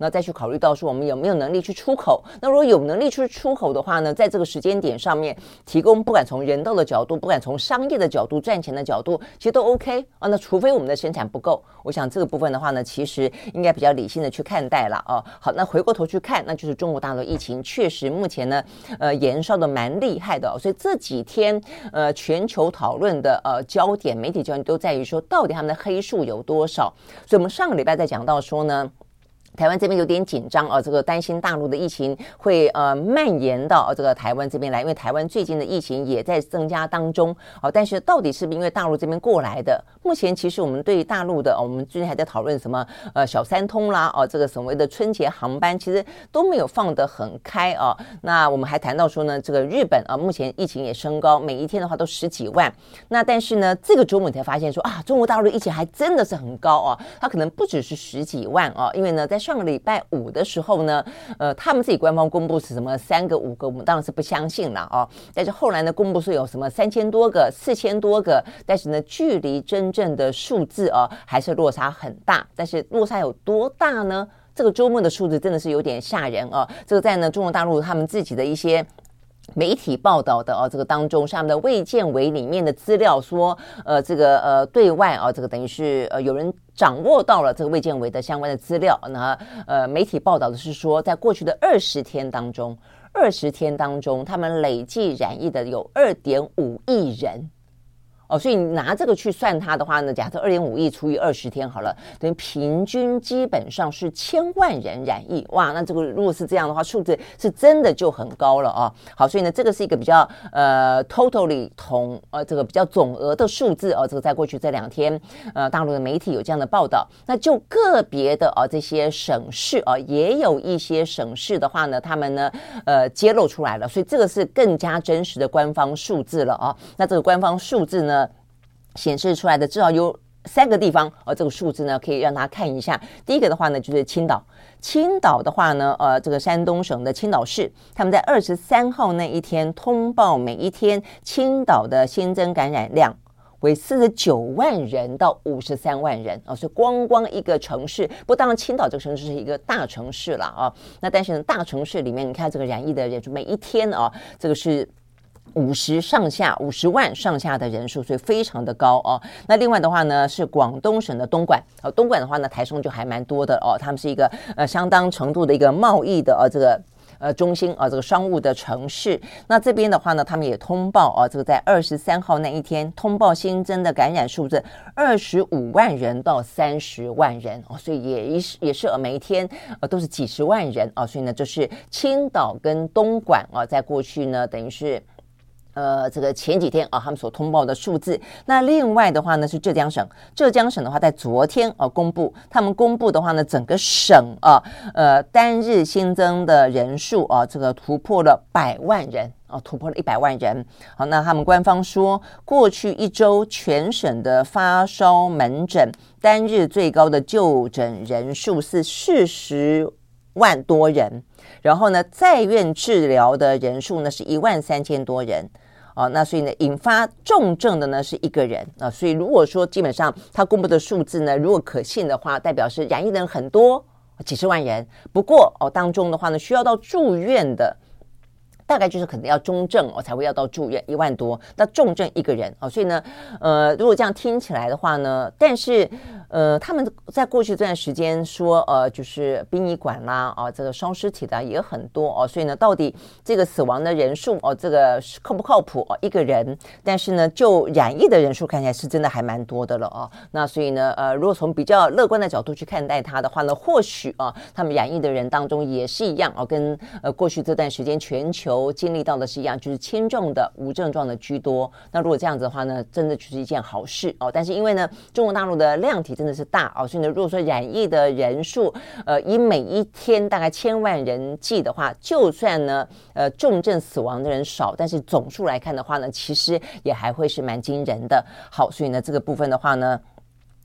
那再去考虑到说我们有没有能力去出口。那如果有能力去出口的话呢，在这个时间点上面提供，不管从人道的角度，不管从商业的角度，赚钱的角度，其实都 OK 啊。那除非我们的生产不够，我想这个部分的话呢，其实应该比较理性的去看待了啊。好，那回过头去看，那就是中国大陆疫情确实目前呢，呃，延烧的蛮厉害的、哦，所以这几天呃，全球讨论的呃焦点，媒体焦点都在于说，到底他们的黑数有多少？所以我们上个礼拜在讲到说呢。台湾这边有点紧张啊，这个担心大陆的疫情会呃蔓延到、呃、这个台湾这边来，因为台湾最近的疫情也在增加当中啊。但是到底是不是因为大陆这边过来的？目前其实我们对大陆的，哦、我们最近还在讨论什么呃小三通啦，哦、呃、这个所谓的春节航班，其实都没有放得很开啊。那我们还谈到说呢，这个日本啊，目前疫情也升高，每一天的话都十几万。那但是呢，这个周末你才发现说啊，中国大陆的疫情还真的是很高啊，它可能不只是十几万啊，因为呢，在上个礼拜五的时候呢，呃，他们自己官方公布是什么三个、五个，我们当然是不相信了哦。但是后来呢，公布是有什么三千多个、四千多个，但是呢，距离真正的数字哦，还是落差很大。但是落差有多大呢？这个周末的数字真的是有点吓人哦。这个在呢中国大陆他们自己的一些媒体报道的哦，这个当中是他们的卫健委里面的资料说，呃，这个呃对外啊、哦，这个等于是呃有人掌握到了这个卫健委的相关的资料。那呃媒体报道的是说，在过去的二十天当中，二十天当中，他们累计染疫的有二点五亿人。哦，所以你拿这个去算它的话呢，假设二点五亿除以二十天好了，等于平均基本上是千万人染疫，哇，那这个如果是这样的话，数字是真的就很高了啊。好，所以呢，这个是一个比较呃 totally 同呃这个比较总额的数字哦，这个在过去这两天呃大陆的媒体有这样的报道，那就个别的啊、呃、这些省市啊、呃、也有一些省市的话呢，他们呢呃揭露出来了，所以这个是更加真实的官方数字了啊。那这个官方数字呢，显示出来的至少有三个地方，呃，这个数字呢可以让大家看一下。第一个的话呢，就是青岛。青岛的话呢，呃，这个山东省的青岛市，他们在二十三号那一天通报，每一天青岛的新增感染量为四十九万人到五十三万人啊，所以光光一个城市，不过当然青岛这个城市是一个大城市了啊。那但是呢，大城市里面，你看这个染疫的人数，每一天啊，这个是五十上下五十万上下的人数，所以非常的高哦。那另外的话呢，是广东省的东莞，哦，东莞的话呢，台商就还蛮多的哦，他们是一个呃相当程度的一个贸易的呃这个呃中心啊、呃，这个商务的城市。那这边的话呢，他们也通报啊，这个在二十三号那一天通报新增的感染数字二十五万人到三十万人哦，所以也是也是每一天呃都是几十万人啊，所以呢，就是青岛跟东莞啊，在过去呢，等于是。呃，这个前几天啊，他们所通报的数字。那另外的话呢，是浙江省。浙江省的话，在昨天啊公布，他们公布的话呢，整个省啊，呃，单日新增的人数啊，这个突破了百万人啊，突破了一百万人。好，那他们官方说，过去一周全省的发烧门诊单日最高的就诊人数是四十万多人，然后呢，在院治疗的人数呢是一万三千多人。哦，那所以呢，引发重症的呢是一个人啊，所以如果说基本上他公布的数字呢，如果可信的话，代表是染疫的人很多，几十万人。不过哦，当中的话呢，需要到住院的。大概就是可能要中症哦才会要到住院一万多，那重症一个人哦，所以呢，呃，如果这样听起来的话呢，但是呃，他们在过去这段时间说呃，就是殡仪馆啦啊，这个烧尸体的也很多哦，所以呢，到底这个死亡的人数哦，这个靠不靠谱哦？一个人，但是呢，就染疫的人数看起来是真的还蛮多的了哦。那所以呢，呃，如果从比较乐观的角度去看待它的话呢，或许啊，他们染疫的人当中也是一样哦，跟呃过去这段时间全球经历到的是一样，就是轻重的无症状的居多。那如果这样子的话呢，真的就是一件好事哦。但是因为呢，中国大陆的量体真的是大哦，所以呢，如果说染疫的人数，呃，以每一天大概千万人计的话，就算呢，呃，重症死亡的人少，但是总数来看的话呢，其实也还会是蛮惊人的。好，所以呢，这个部分的话呢。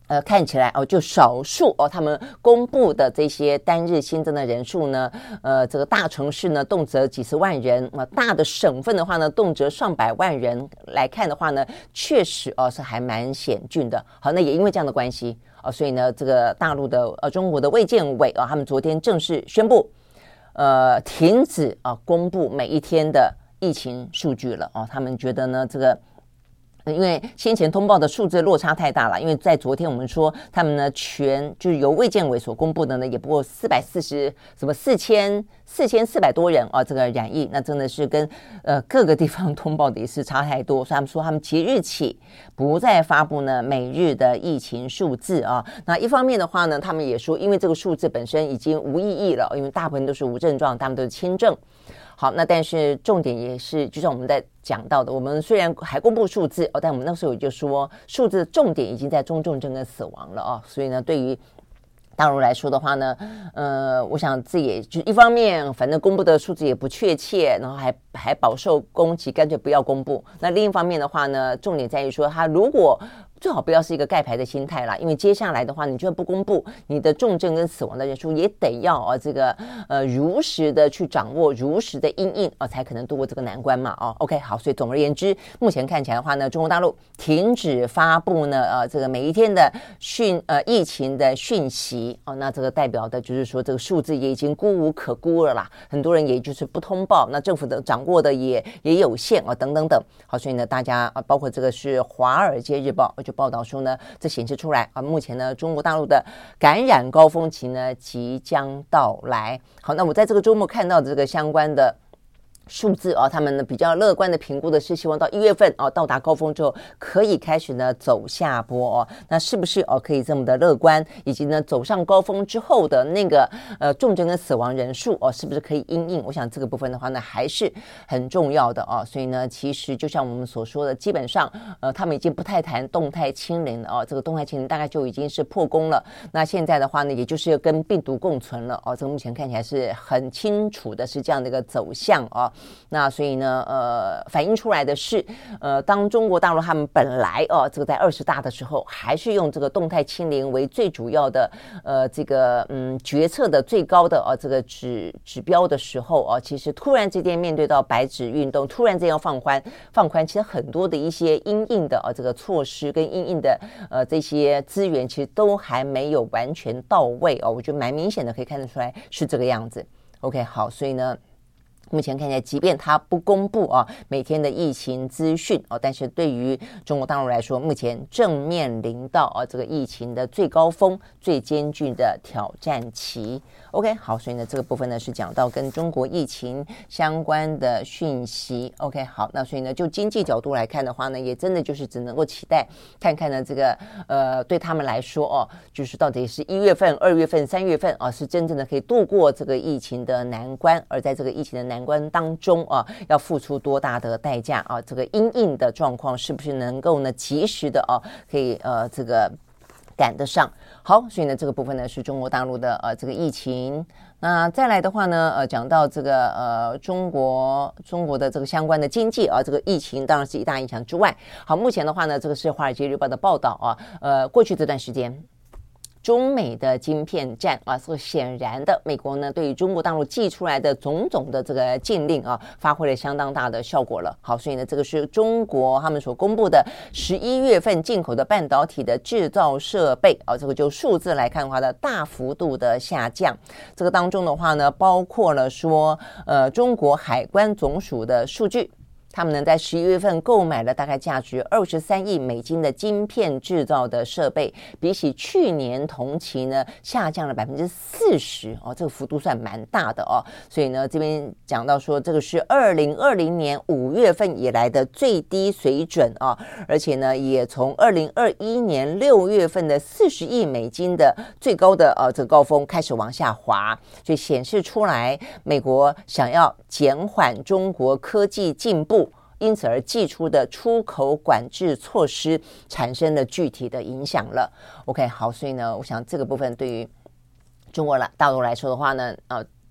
呃，看起来哦，就少数哦，他们公布的这些单日新增的人数呢，呃，这个大城市呢，动辄几十万人啊、呃，大的省份的话呢，动辄上百万人来看的话呢，确实哦是还蛮险峻的。好，那也因为这样的关系哦，所以呢，这个大陆的呃中国的卫健委啊、哦，他们昨天正式宣布，呃，停止啊、呃、公布每一天的疫情数据了哦，他们觉得呢这个。因为先前通报的数字落差太大了，因为在昨天我们说他们呢全就是由卫健委所公布的呢也不过四百四十什么四千四千四百多人啊，这个染疫，那真的是跟呃各个地方通报的也是差太多，所以他们说他们即日起不再发布呢每日的疫情数字啊。那一方面的话呢，他们也说因为这个数字本身已经无意义了，因为大部分都是无症状，他们都是轻症。好，那但是重点也是，就像我们在讲到的，我们虽然还公布数字哦，但我们那时候就说，数字的重点已经在中重症跟死亡了哦，所以呢，对于大陆来说的话呢，呃，我想这也就一方面，反正公布的数字也不确切，然后还还饱受攻击，干脆不要公布。那另一方面的话呢，重点在于说，他如果最好不要是一个盖牌的心态啦，因为接下来的话，你就算不公布，你的重症跟死亡的人数也得要啊，这个呃如实的去掌握，如实的因应啊，才可能度过这个难关嘛哦。OK， 好，所以总而言之，目前看起来的话呢，中国大陆停止发布呢呃这个每一天的讯呃疫情的讯息哦，那这个代表的就是说这个数字也已经估无可估了啦，很多人也就是不通报，那政府的掌握的也也有限啊，等等等。好，所以呢，大家啊，包括这个是《华尔街日报》。就报道说呢，这显示出来啊，目前呢，中国大陆的感染高峰期呢即将到来。好，那我在这个周末看到的这个相关的数字啊，他们呢比较乐观的评估的是希望到一月份啊到达高峰之后可以开始呢走下坡哦，那是不是哦可以这么的乐观，以及呢走上高峰之后的那个呃重症跟死亡人数哦是不是可以因应？我想这个部分的话呢还是很重要的哦，所以呢其实就像我们所说的，基本上呃他们已经不太谈动态清零了哦，这个动态清零大概就已经是破功了。那现在的话呢，也就是跟病毒共存了哦，这个目前看起来是很清楚的是这样的一个走向哦。那所以呢，呃，反映出来的是，呃，当中国大陆他们本来哦，这个在二十大的时候，还是用这个动态清零为最主要的，呃，这个嗯决策的最高的哦这个指指标的时候哦，其实突然之间面对到白纸运动，突然间要放宽放宽，其实很多的一些因应的哦这个措施跟因应的呃这些资源，其实都还没有完全到位哦，我觉得蛮明显的可以看得出来是这个样子。OK， 好，所以呢。目前看起来，即便它不公布啊每天的疫情资讯哦，但是对于中国大陆来说，目前正面临到啊这个疫情的最高峰、最艰巨的挑战期。OK， 好，所以呢这个部分呢是讲到跟中国疫情相关的讯息。OK， 好，那所以呢就经济角度来看的话呢，也真的就是只能够期待看看呢这个呃对他们来说哦，就是到底是一月份、二月份、三月份啊是真正的可以度过这个疫情的难关，而在这个疫情的难难关当中啊，要付出多大的代价啊？这个因应的状况是不是能够呢及时的啊，可以呃这个赶得上？好，所以呢这个部分呢是中国大陆的呃这个疫情。那再来的话呢，呃，讲到这个呃中国中国的这个相关的经济啊，这个疫情当然是一大影响之外，好，目前的话呢，这个是《华尔街日报》的报道啊，呃，过去这段时间。中美的晶片战啊，所显然的，美国呢对于中国大陆寄出来的种种的这个禁令啊，发挥了相当大的效果了。好，所以呢，这个是中国他们所公布的十一月份进口的半导体的制造设备啊，这个就数字来看的话呢，大幅度的下降。这个当中的话呢，包括了说，呃，中国海关总署的数据。他们呢在十一月份购买了大概价值二十三亿美金的晶片制造的设备，比起去年同期呢下降了百分之四十哦，这个幅度算蛮大的哦。所以呢这边讲到说，这个是二零二零年五月份以来的最低水准啊，而且呢也从二零二一年六月份的四十亿美金的最高的呃这个高峰开始往下滑，所以显示出来美国想要减缓中国科技进步。因此而祭出的出口管制措施产生了具体的影响了。OK， 好，所以呢，我想这个部分对于中国大陆来说的话呢，呃，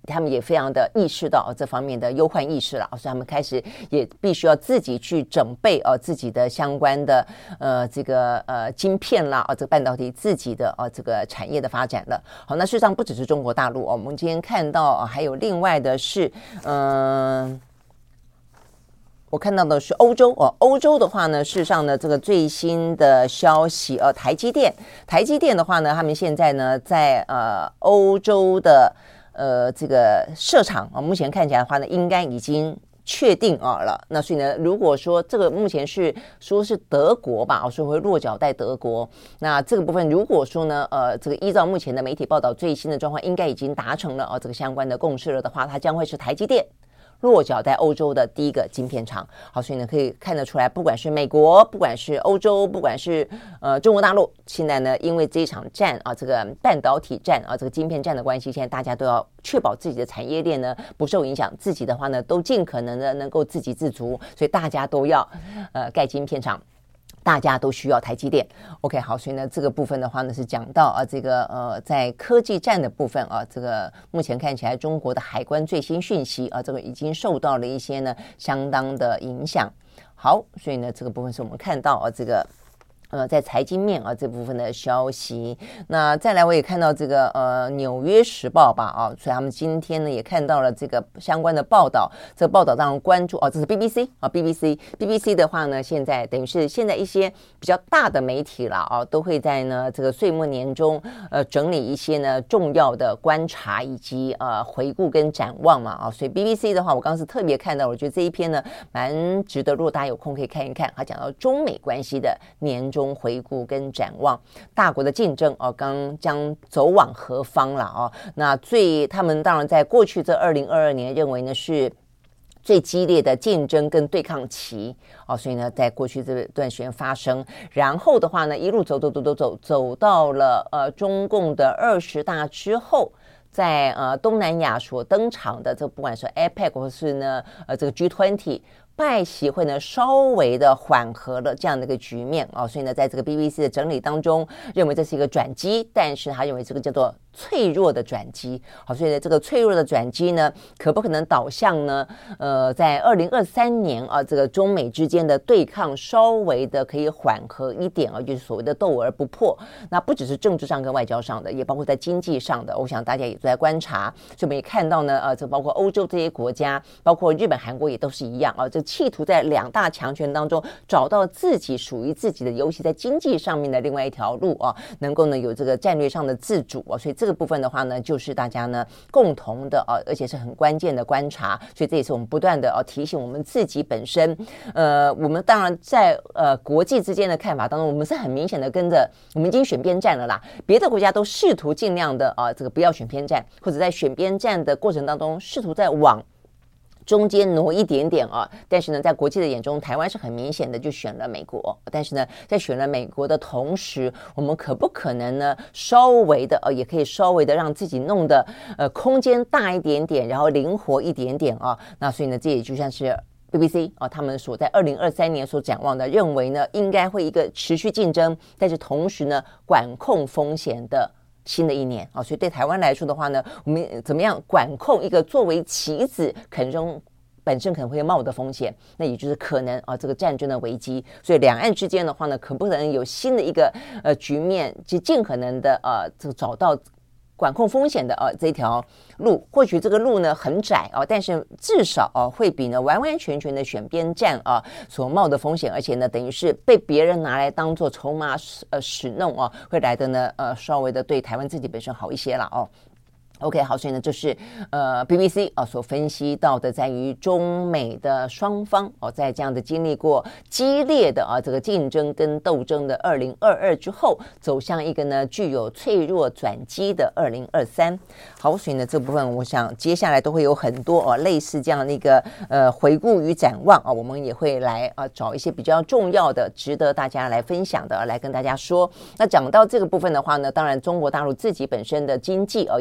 他们也非常的意识到、哦、这方面的忧患意识了、哦、所以他们开始也必须要自己去整备、哦、自己的相关的呃这个呃晶片啦、哦、这个半导体自己的、哦、这个产业的发展了。好，那事实上不只是中国大陆、哦、我们今天看到、哦、还有另外的是嗯。呃我看到的是欧洲哦，欧洲的话呢，事实上呢，这个最新的消息，呃，台积电，台积电的话呢，他们现在呢，在呃欧洲的呃这个设厂啊、哦，目前看起来的话呢，应该已经确定啊了。那所以呢，如果说这个目前是说是德国吧，哦，说会落脚在德国，那这个部分如果说呢，呃，这个依照目前的媒体报道最新的状况，应该已经达成了哦这个相关的共识了的话，它将会是台积电落脚在欧洲的第一个晶片厂。好，所以呢可以看得出来，不管是美国，不管是欧洲，不管是呃中国大陆，现在呢因为这一场战啊，这个半导体战啊，这个晶片战的关系，现在大家都要确保自己的产业链呢不受影响，自己的话呢都尽可能的能够自给自足，所以大家都要呃盖晶片厂，大家都需要台积电。 OK， 好，所以呢这个部分的话呢是讲到啊这个呃在科技战的部分啊，这个目前看起来中国的海关最新讯息啊，这个已经受到了一些呢相当的影响。好，所以呢这个部分是我们看到啊这个呃，在财经面啊这部分的消息。那再来我也看到这个呃纽约时报吧啊，所以他们今天呢也看到了这个相关的报道。这个报道当然关注哦，这是 B B C 啊 B B C B B C 的话呢，现在等于是现在一些比较大的媒体啦啊，都会在呢这个岁末年中呃整理一些呢重要的观察以及呃回顾跟展望嘛啊，所以 B B C 的话我刚刚是特别看到，我觉得这一篇呢蛮值得，如果大家有空可以看一看。他讲到中美关系的年中回顾跟展望，大国的竞争哦，刚将走往何方了哦？那最他们当然在过去这二零二二年认为呢是最激烈的竞争跟对抗期哦，所以呢在过去这段时间发生，然后的话呢一路走走走走走走到了呃中共的二十大之后，在呃东南亚所登场的这不管是 A P E C 或是呢呃这个 G 二十。拜习会呢稍微的缓和了这样的一个局面哦，所以呢在这个 B B C 的整理当中认为这是一个转机，但是他认为这个叫做脆弱的转机。好，所以呢这个脆弱的转机呢可不可能导向呢呃在二零二三年啊这个中美之间的对抗稍微的可以缓和一点啊，就是所谓的斗而不破。那不只是政治上跟外交上的，也包括在经济上的，我想大家也都在观察。所以我们也看到呢呃这包括欧洲这些国家，包括日本韩国也都是一样啊，这企图在两大强权当中找到自己属于自己的，尤其在经济上面的另外一条路啊，能够呢有这个战略上的自主啊，所以这个部分的话呢，就是大家呢共同的啊，而且是很关键的观察。所以这也是我们不断的啊提醒我们自己本身，呃，我们当然在呃国际之间的看法当中，我们是很明显的跟着，我们已经选边站了啦。别的国家都试图尽量的啊这个不要选边站，或者在选边站的过程当中试图在往中间挪一点点啊，但是呢在国际的眼中，台湾是很明显的就选了美国。但是呢在选了美国的同时，我们可不可能呢稍微的呃也可以稍微的让自己弄得呃空间大一点点，然后灵活一点点啊？那所以呢这也就像是B B C 啊，他们所在二零二三年所展望的，认为呢应该会一个持续竞争，但是同时呢管控风险的新的一年啊，所以对台湾来说的话呢，我们怎么样管控一个作为棋子可能中本身可能会冒的风险，那也就是可能啊这个战争的危机。所以两岸之间的话呢，可不可能有新的一个呃局面，就尽可能的呃这个找到管控风险的呃这条路。或许这个路呢很窄啊，但是至少啊会比呢完完全全的选边站啊所冒的风险，而且呢等于是被别人拿来当做筹码呃使弄啊，会来的呢呃稍微的对台湾自己本身好一些了哦。OK， 好，所以呢，这是呃 B B C 啊所分析到的，在于中美的双方哦，在这样的经历过激烈的啊这个竞争跟斗争的二零二二之后，走向一个呢具有脆弱转机的二零二三。好，所以呢这部分我想接下来都会有很多哦类似这样的一个呃回顾与展望啊，我们也会来啊找一些比较重要的、值得大家来分享的来跟大家说。那讲到这个部分的话呢，当然中国大陆自己本身的经济哦也蛮值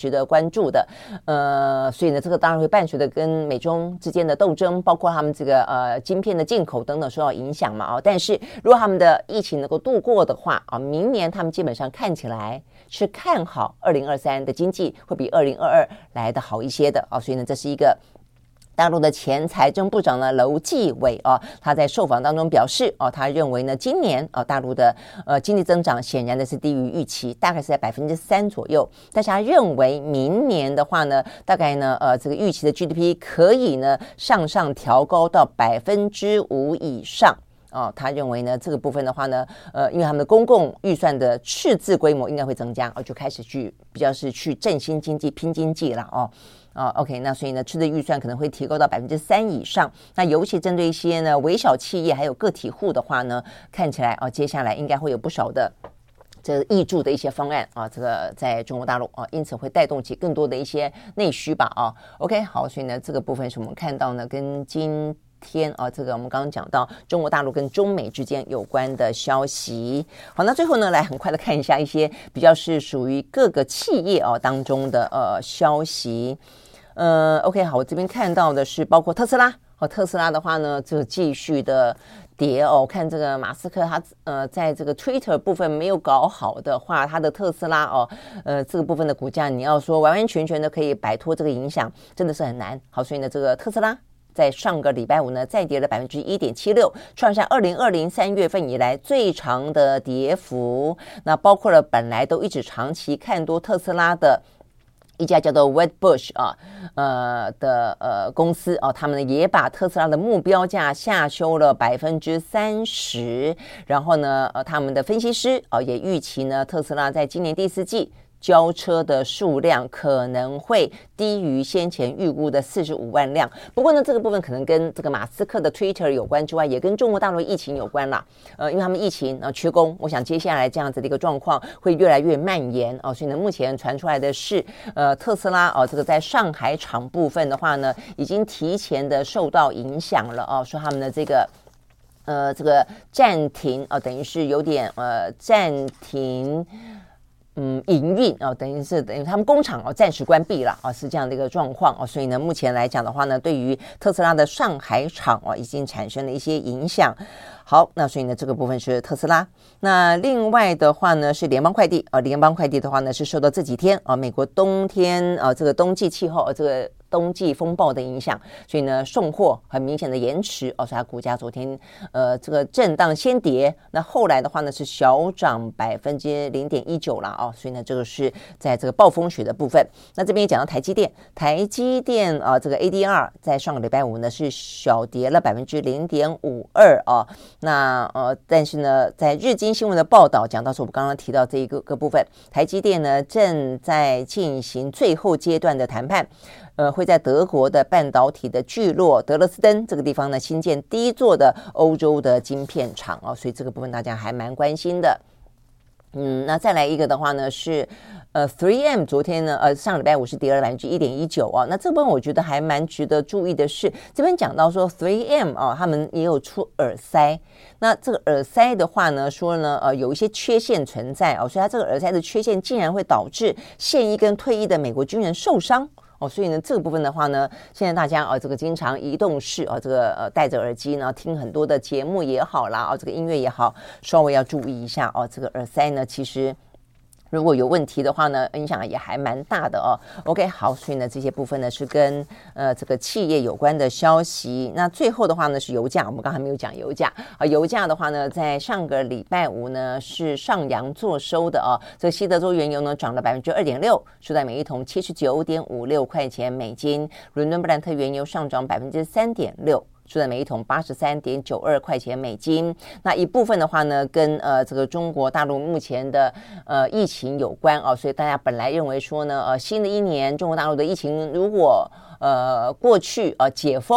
值得关注的。呃，所以呢，这个当然会伴随着跟美中之间的斗争，包括他们这个呃晶片的进口等等受到影响嘛啊、哦。但是如果他们的疫情能够度过的话啊，明年他们基本上看起来是看好二零二三的经济会比二零二二来的好一些的啊。所以呢，这是一个大陆的前财政部长呢楼继伟啊，他在受访当中表示啊，他认为呢，今年啊大陆的呃经济增长显然的是低于预期，大概是在百分之三左右。但是他认为明年的话呢，大概呢呃这个预期的 G D P 可以呢向上调高到百分之五以上。哦，他认为呢，这个部分的话呢，呃，因为他们的公共预算的赤字规模应该会增加，哦，就开始去比较是去振兴经济、拼经济了哦。哦 ，OK， 那所以呢，赤字预算可能会提高到百分之三以上。那尤其针对一些呢微小企业还有个体户的话呢，看起来哦，接下来应该会有不少的这挹注的一些方案啊，这个在中国大陆啊，因此会带动起更多的一些内需吧啊。OK， 好，所以呢，这个部分是我们看到呢，跟今天啊，这个我们刚刚讲到中国大陆跟中美之间有关的消息。好，那最后呢，来很快的看一下一些比较是属于各个企业啊当中的呃消息。呃 ，OK， 好，我这边看到的是包括特斯拉。哦，特斯拉的话呢，这个继续的跌哦。看这个马斯克他呃，在这个 Twitter 部分没有搞好的话，他的特斯拉哦，呃，这个部分的股价，你要说完完全全的可以摆脱这个影响，真的是很难。好，所以呢，这个特斯拉在上个礼拜五呢，再跌了百分之一点七六，创下二零二零三月份以来最长的跌幅。那包括了本来都一直长期看多特斯拉的一家叫做 Wedbush 啊，呃的呃公司啊，他们呢也把特斯拉的目标价下修了百分之三十，然后呢，呃，他们的分析师啊也预期呢，特斯拉在今年第四季交车的数量可能会低于先前预估的四十五万辆。不过呢，这个部分可能跟这个马斯克的 Twitter 有关之外，也跟中国大陆疫情有关啦。呃，因为他们疫情呃缺工，我想接下来这样子的一个状况会越来越蔓延哦。所以呢，目前传出来的是，呃，特斯拉哦，这个在上海厂部分的话呢，已经提前的受到影响了哦，说他们的这个。呃，这个暂停啊、呃，等于是有点呃暂停。嗯，营运啊、哦，等于是等于他们工厂哦暂时关闭了啊、哦，是这样的一个状况哦。所以呢，目前来讲的话呢，对于特斯拉的上海厂哦，已经产生了一些影响。好，那所以呢，这个部分是特斯拉。那另外的话呢，是联邦快递啊、呃，联邦快递的话呢，是受到这几天啊、呃，美国冬天啊、呃，这个冬季气候、呃、这个。冬季风暴的影响，所以呢，送货很明显的延迟哦，所以它股价昨天呃这个震荡先跌，那后来的话呢是小涨百分之零点一九了哦，所以呢这个是在这个暴风雪的部分。那这边也讲到台积电，台积电啊、呃、这个 A D R 在上个礼拜五呢是小跌了百分之零点五二啊，那呃但是呢在日经新闻的报道讲到说，我们刚刚提到这一个个部分，台积电呢正在进行最后阶段的谈判。呃，会在德国的半导体的聚落德勒斯登这个地方呢，新建第一座的欧洲的晶片厂哦，所以这个部分大家还蛮关心的。嗯，那再来一个的话呢是，呃 ，three M 昨天呢，呃，上礼拜五是跌了百分之一点一九啊。那这部分我觉得还蛮值得注意的是，这边讲到说 three M 啊，他们也有出耳塞。那这个耳塞的话呢，说呢，呃，有一些缺陷存在哦，所以它这个耳塞的缺陷竟然会导致现役跟退役的美国军人受伤。哦，所以呢，这个部分的话呢，现在大家啊、哦，这个经常移动式啊、哦，这个呃戴着耳机呢，听很多的节目也好啦，哦，这个音乐也好，稍微要注意一下哦。这个耳塞呢，其实如果有问题的话呢，影响也还蛮大的哦。OK， 好，所以呢，这些部分呢是跟呃这个企业有关的消息。那最后的话呢是油价，我们刚才没有讲油价啊。油价的话呢，在上个礼拜五呢是上扬做收的哦。这个西德州原油呢涨了百分之二点六，收在每一桶七十九点五六块钱美金。伦敦布兰特原油上涨百分之三点六。收在每一桶八十三点九二块钱美金。那一部分的话呢，跟呃这个中国大陆目前的呃疫情有关哦，所以大家本来认为说呢，呃新的一年中国大陆的疫情如果呃过去呃解封。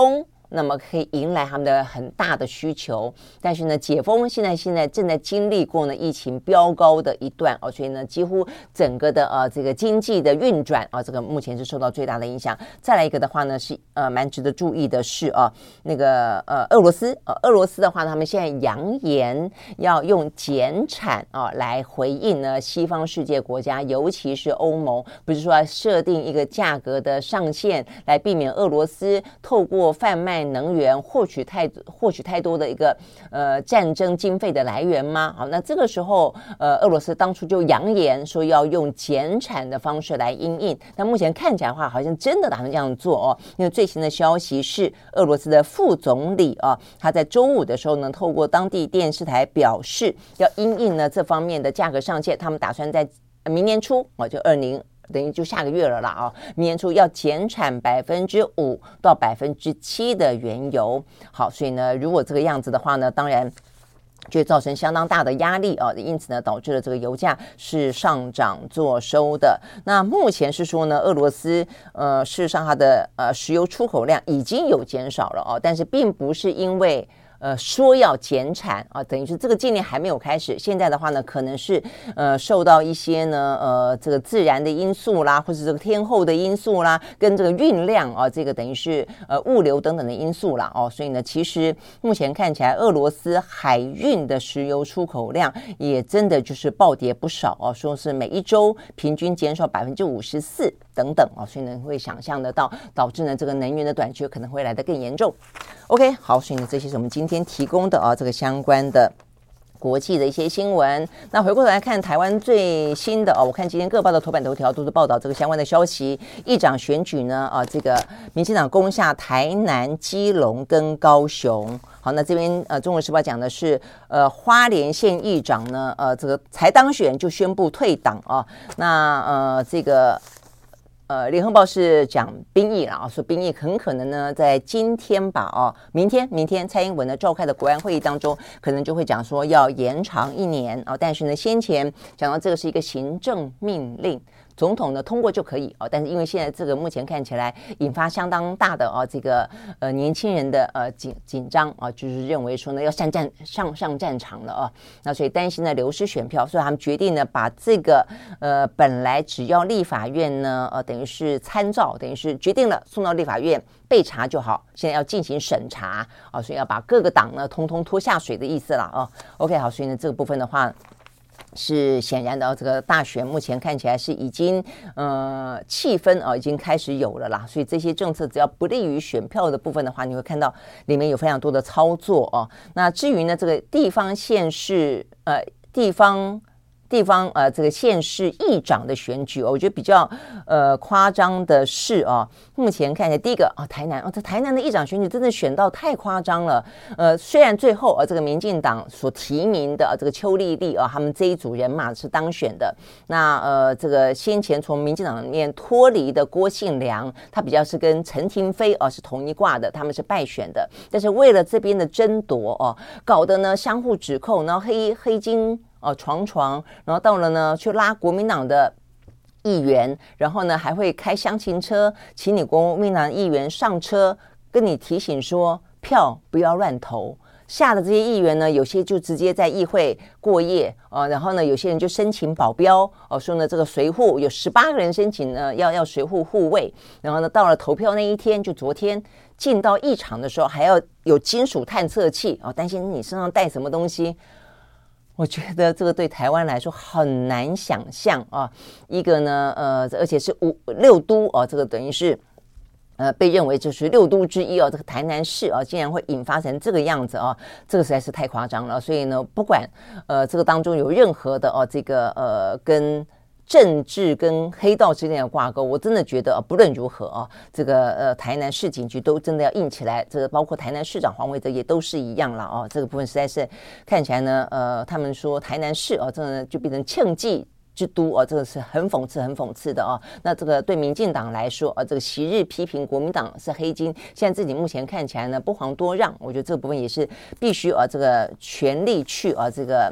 那么可以迎来他们的很大的需求。但是呢，解封现在现在正在经历过呢疫情飙高的一段哦，所以呢，几乎整个的呃这个经济的运转啊、哦，这个目前是受到最大的影响。再来一个的话呢，是呃蛮值得注意的是啊、哦，那个呃俄罗斯呃俄罗斯的话，他们现在扬言要用减产啊、哦、来回应呢西方世界国家，尤其是欧盟，不是说要设定一个价格的上限来避免俄罗斯透过贩卖能源获取太获取太多的一个呃战争经费的来源吗？好，那这个时候呃俄罗斯当初就扬言说要用减产的方式来因应，那目前看起来的话好像真的打算这样做哦。因为最新的消息是俄罗斯的副总理啊，他在周五的时候呢，透过当地电视台表示要因应呢这方面的价格上限，他们打算在明年初哦，就二零。等于就下个月了啦啊！明年初要减产百分之五到百分之七的原油。好，所以呢，如果这个样子的话呢，当然就会造成相当大的压力啊，因此呢，导致了这个油价是上涨做收的。那目前是说呢，俄罗斯呃，事实上它的呃石油出口量已经有减少了哦，但是并不是因为。呃，说要减产啊，等于是这个今年还没有开始。现在的话呢，可能是呃受到一些呢呃这个自然的因素啦，或是这个天候的因素啦，跟这个运量啊，这个等于是呃物流等等的因素啦哦。所以呢，其实目前看起来，俄罗斯海运的石油出口量也真的就是暴跌不少哦，说是每一周平均减少百分之五十四等等哦，所以呢会想象得到，导致呢这个能源的短缺可能会来得更严重。OK， 好，所以呢这些是我们今天。今天提供的啊，这个相关的国际的一些新闻。那回过头来看台湾最新的哦，我看今天各报的头版头条都是报道这个相关的消息。议长选举呢，啊，这个民进党攻下台南、基隆跟高雄。好，那这边呃，《中国时报》讲的是，呃，花莲县议长呢，呃，这个才当选就宣布退党啊。那呃，这个。呃，联合报是讲兵役了啊，说兵役很可能呢在今天吧，哦，明天明天蔡英文呢召开的国安会议当中，可能就会讲说要延长一年啊，但是呢先前讲到这个是一个行政命令。总统呢通过就可以哦，但是因为现在这个目前看起来引发相当大的哦这个呃年轻人的呃紧紧张啊，就是认为说呢要上战上上战场了啊，那所以担心呢流失选票，所以他们决定呢把这个呃本来只要立法院呢呃等于是参照，等于是决定了送到立法院备查就好，现在要进行审查啊，所以要把各个党呢通通拖下水的意思了啊。OK， 好，所以呢这个部分的话。是显然的，这个大选目前看起来是已经呃气氛啊已经开始有了啦，所以这些政策只要不利于选票的部分的话，你会看到里面有非常多的操作哦。那至于呢这个地方县市呃地方。地方呃，这个县市议长的选举、哦，我觉得比较呃夸张的是哦，目前看起来第一个啊、哦，台南哦，这台南的议长选举真的选到太夸张了。呃，虽然最后呃这个民进党所提名的、呃、这个邱丽丽啊、哦，他们这一组人马是当选的。那呃，这个先前从民进党里面脱离的郭信良，他比较是跟陈亭妃哦是同一挂的，他们是败选的。但是为了这边的争夺哦，搞得呢相互指控，然后黑黑金。哦，床床，然后到了呢，去拉国民党的议员，然后呢还会开厢型车，请你国民党议员上车，跟你提醒说票不要乱投。下的这些议员呢，有些就直接在议会过夜啊、呃，然后呢，有些人就申请保镖哦、呃，说呢这个随护有十八个人申请呢，要要随护护卫，然后呢到了投票那一天，就昨天进到议场的时候，还要有金属探测器哦，担心你身上带什么东西。我觉得这个对台湾来说很难想象啊，一个呢，呃，而且是五六都哦，这个等于是，呃，被认为就是六都之一哦，这个台南市啊，竟然会引发成这个样子啊，这个实在是太夸张了。所以呢，不管呃这个当中有任何的哦，这个呃跟。政治跟黑道之间的挂钩，我真的觉得、呃、不论如何啊，这个呃台南市警局都真的要硬起来，这个包括台南市长黄伟哲也都是一样了哦。这个部分实在是看起来呢，呃，他们说台南市哦，真的就变成庆忌之都哦，这个是很讽刺、很讽刺的哦。那这个对民进党来说，呃，这个昔日批评国民党是黑金，现在自己目前看起来呢不遑多让，我觉得这个部分也是必须啊，这个全力去啊这个。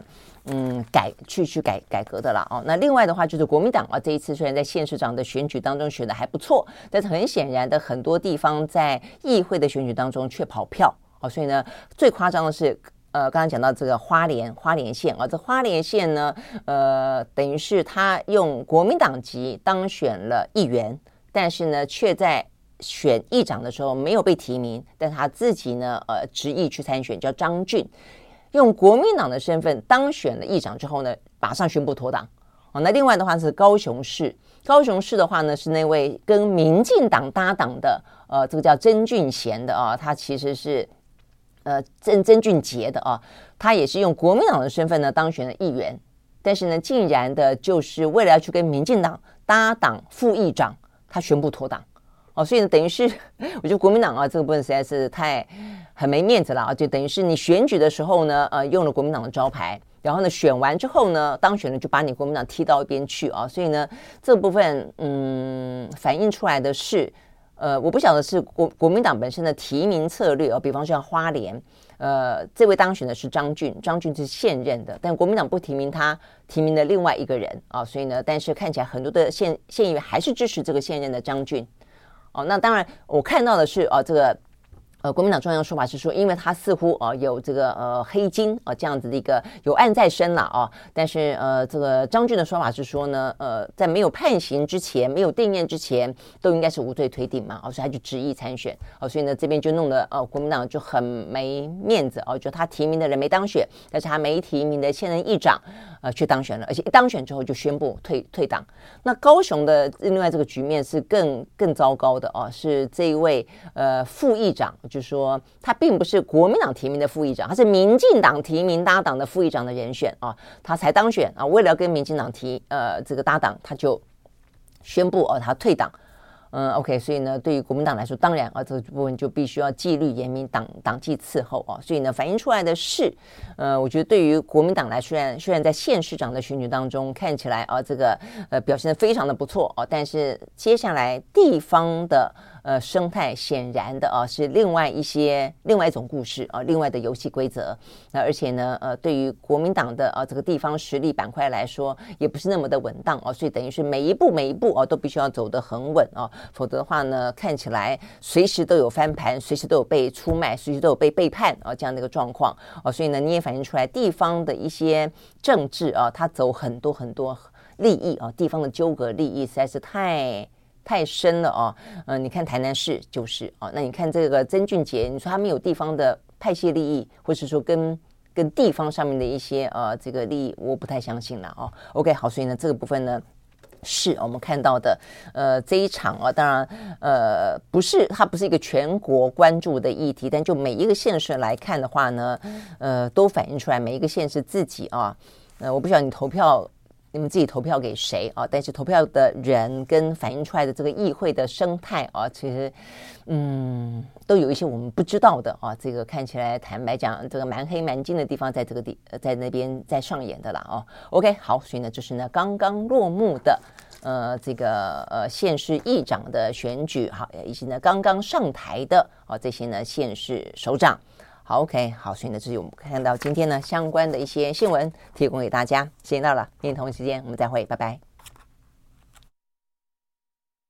嗯，改去去改改革的啦哦。那另外的话就是国民党啊，这一次虽然在县市长的选举当中选的还不错，但是很显然的很多地方在议会的选举当中却跑票哦。所以呢，最夸张的是，呃，刚刚讲到这个花莲花莲县啊，这花莲县呢，呃，等于是他用国民党籍当选了议员，但是呢，却在选议长的时候没有被提名，但他自己呢，呃，执意去参选，叫张俊。用国民党的身份当选了议长之后呢，马上宣布脱党。哦，那另外的话是高雄市，高雄市的话呢是那位跟民进党搭档的，呃，这个叫曾俊贤的啊，他其实是呃曾曾俊杰的啊，他也是用国民党的身份呢当选了议员，但是呢，竟然的就是为了要去跟民进党搭档副议长，他宣布脱党。哦，所以呢，等于是我觉得国民党啊这个部分实在是太很没面子了啊！就等于是你选举的时候呢，呃，用了国民党的招牌，然后呢，选完之后呢，当选了就把你国民党踢到一边去啊！所以呢，这部分嗯反映出来的是，呃，我不晓得是国国民党本身的提名策略啊，比方说像花莲，呃，这位当选的是张俊，张俊是现任的，但国民党不提名他，提名了另外一个人啊，所以呢，但是看起来很多的县县议员还是支持这个现任的张俊。哦，那当然，我看到的是，哦，这个，呃，国民党中央说法是说，因为他似乎哦有这个呃黑金啊、呃、这样子的一个有案在身了啊、哦，但是呃，这个张俊的说法是说呢，呃，在没有判刑之前，没有定谳之前，都应该是无罪推定嘛，哦，所以他就执意参选，哦，所以呢这边就弄得呃国民党就很没面子哦，就他提名的人没当选，但是他没提名的现任议长呃却当选了，而且一当选之后就宣布退退党。那高雄的另外这个局面是更更糟糕的哦，是这一位呃副议长，就是说他并不是国民党提名的副议长，他是民进党提名搭档的副议长的人选啊，他才当选啊，为了跟民进党提呃这个搭档，他就宣布哦他退党。嗯 ，OK， 所以呢，对于国民党来说，当然啊，这个部分就必须要纪律严明，党党纪伺候啊。所以呢，反映出来的是，呃，我觉得对于国民党来，虽然虽然在县市长的选举当中看起来啊，这个呃表现得非常的不错啊，但是接下来地方的呃生态显然的啊是另外一些另外一种故事啊，另外的游戏规则。那而且呢，呃，对于国民党的啊这个地方实力板块来说，也不是那么的稳当啊，所以等于是每一步每一步啊都必须要走得很稳啊。否则的话呢，看起来随时都有翻盘，随时都有被出卖，随时都有被背叛啊，这样的一个状况啊，所以呢，你也反映出来地方的一些政治啊，它走很多很多利益啊，地方的纠葛利益实在是太太深了啊。呃，你看台南市就是啊，那你看这个曾俊杰，你说他们有地方的派系利益，或是说跟跟地方上面的一些呃这个利益，我不太相信了哦。OK， 好，所以呢，这个部分呢。是我们看到的，呃，这一场啊，当然，呃，不是它不是一个全国关注的议题，但就每一个县市来看的话呢，呃，都反映出来每一个县市自己啊，呃，我不晓得你投票，你们自己投票给谁啊？但是投票的人跟反映出来的这个议会的生态啊，其实，嗯，都有一些我们不知道的啊。这个看起来，坦白讲，这个蛮黑蛮金的地方，在这个地，在那边在上演的啦哦。OK， 好，所以呢，就是呢刚刚落幕的。呃，这个呃县市议长的选举，好，以及呢刚刚上台的哦这些呢县市首长，好 ，OK， 好，所以呢这是我们看到今天呢相关的一些新闻提供给大家，时间到了，明天同一时间我们再会，拜拜。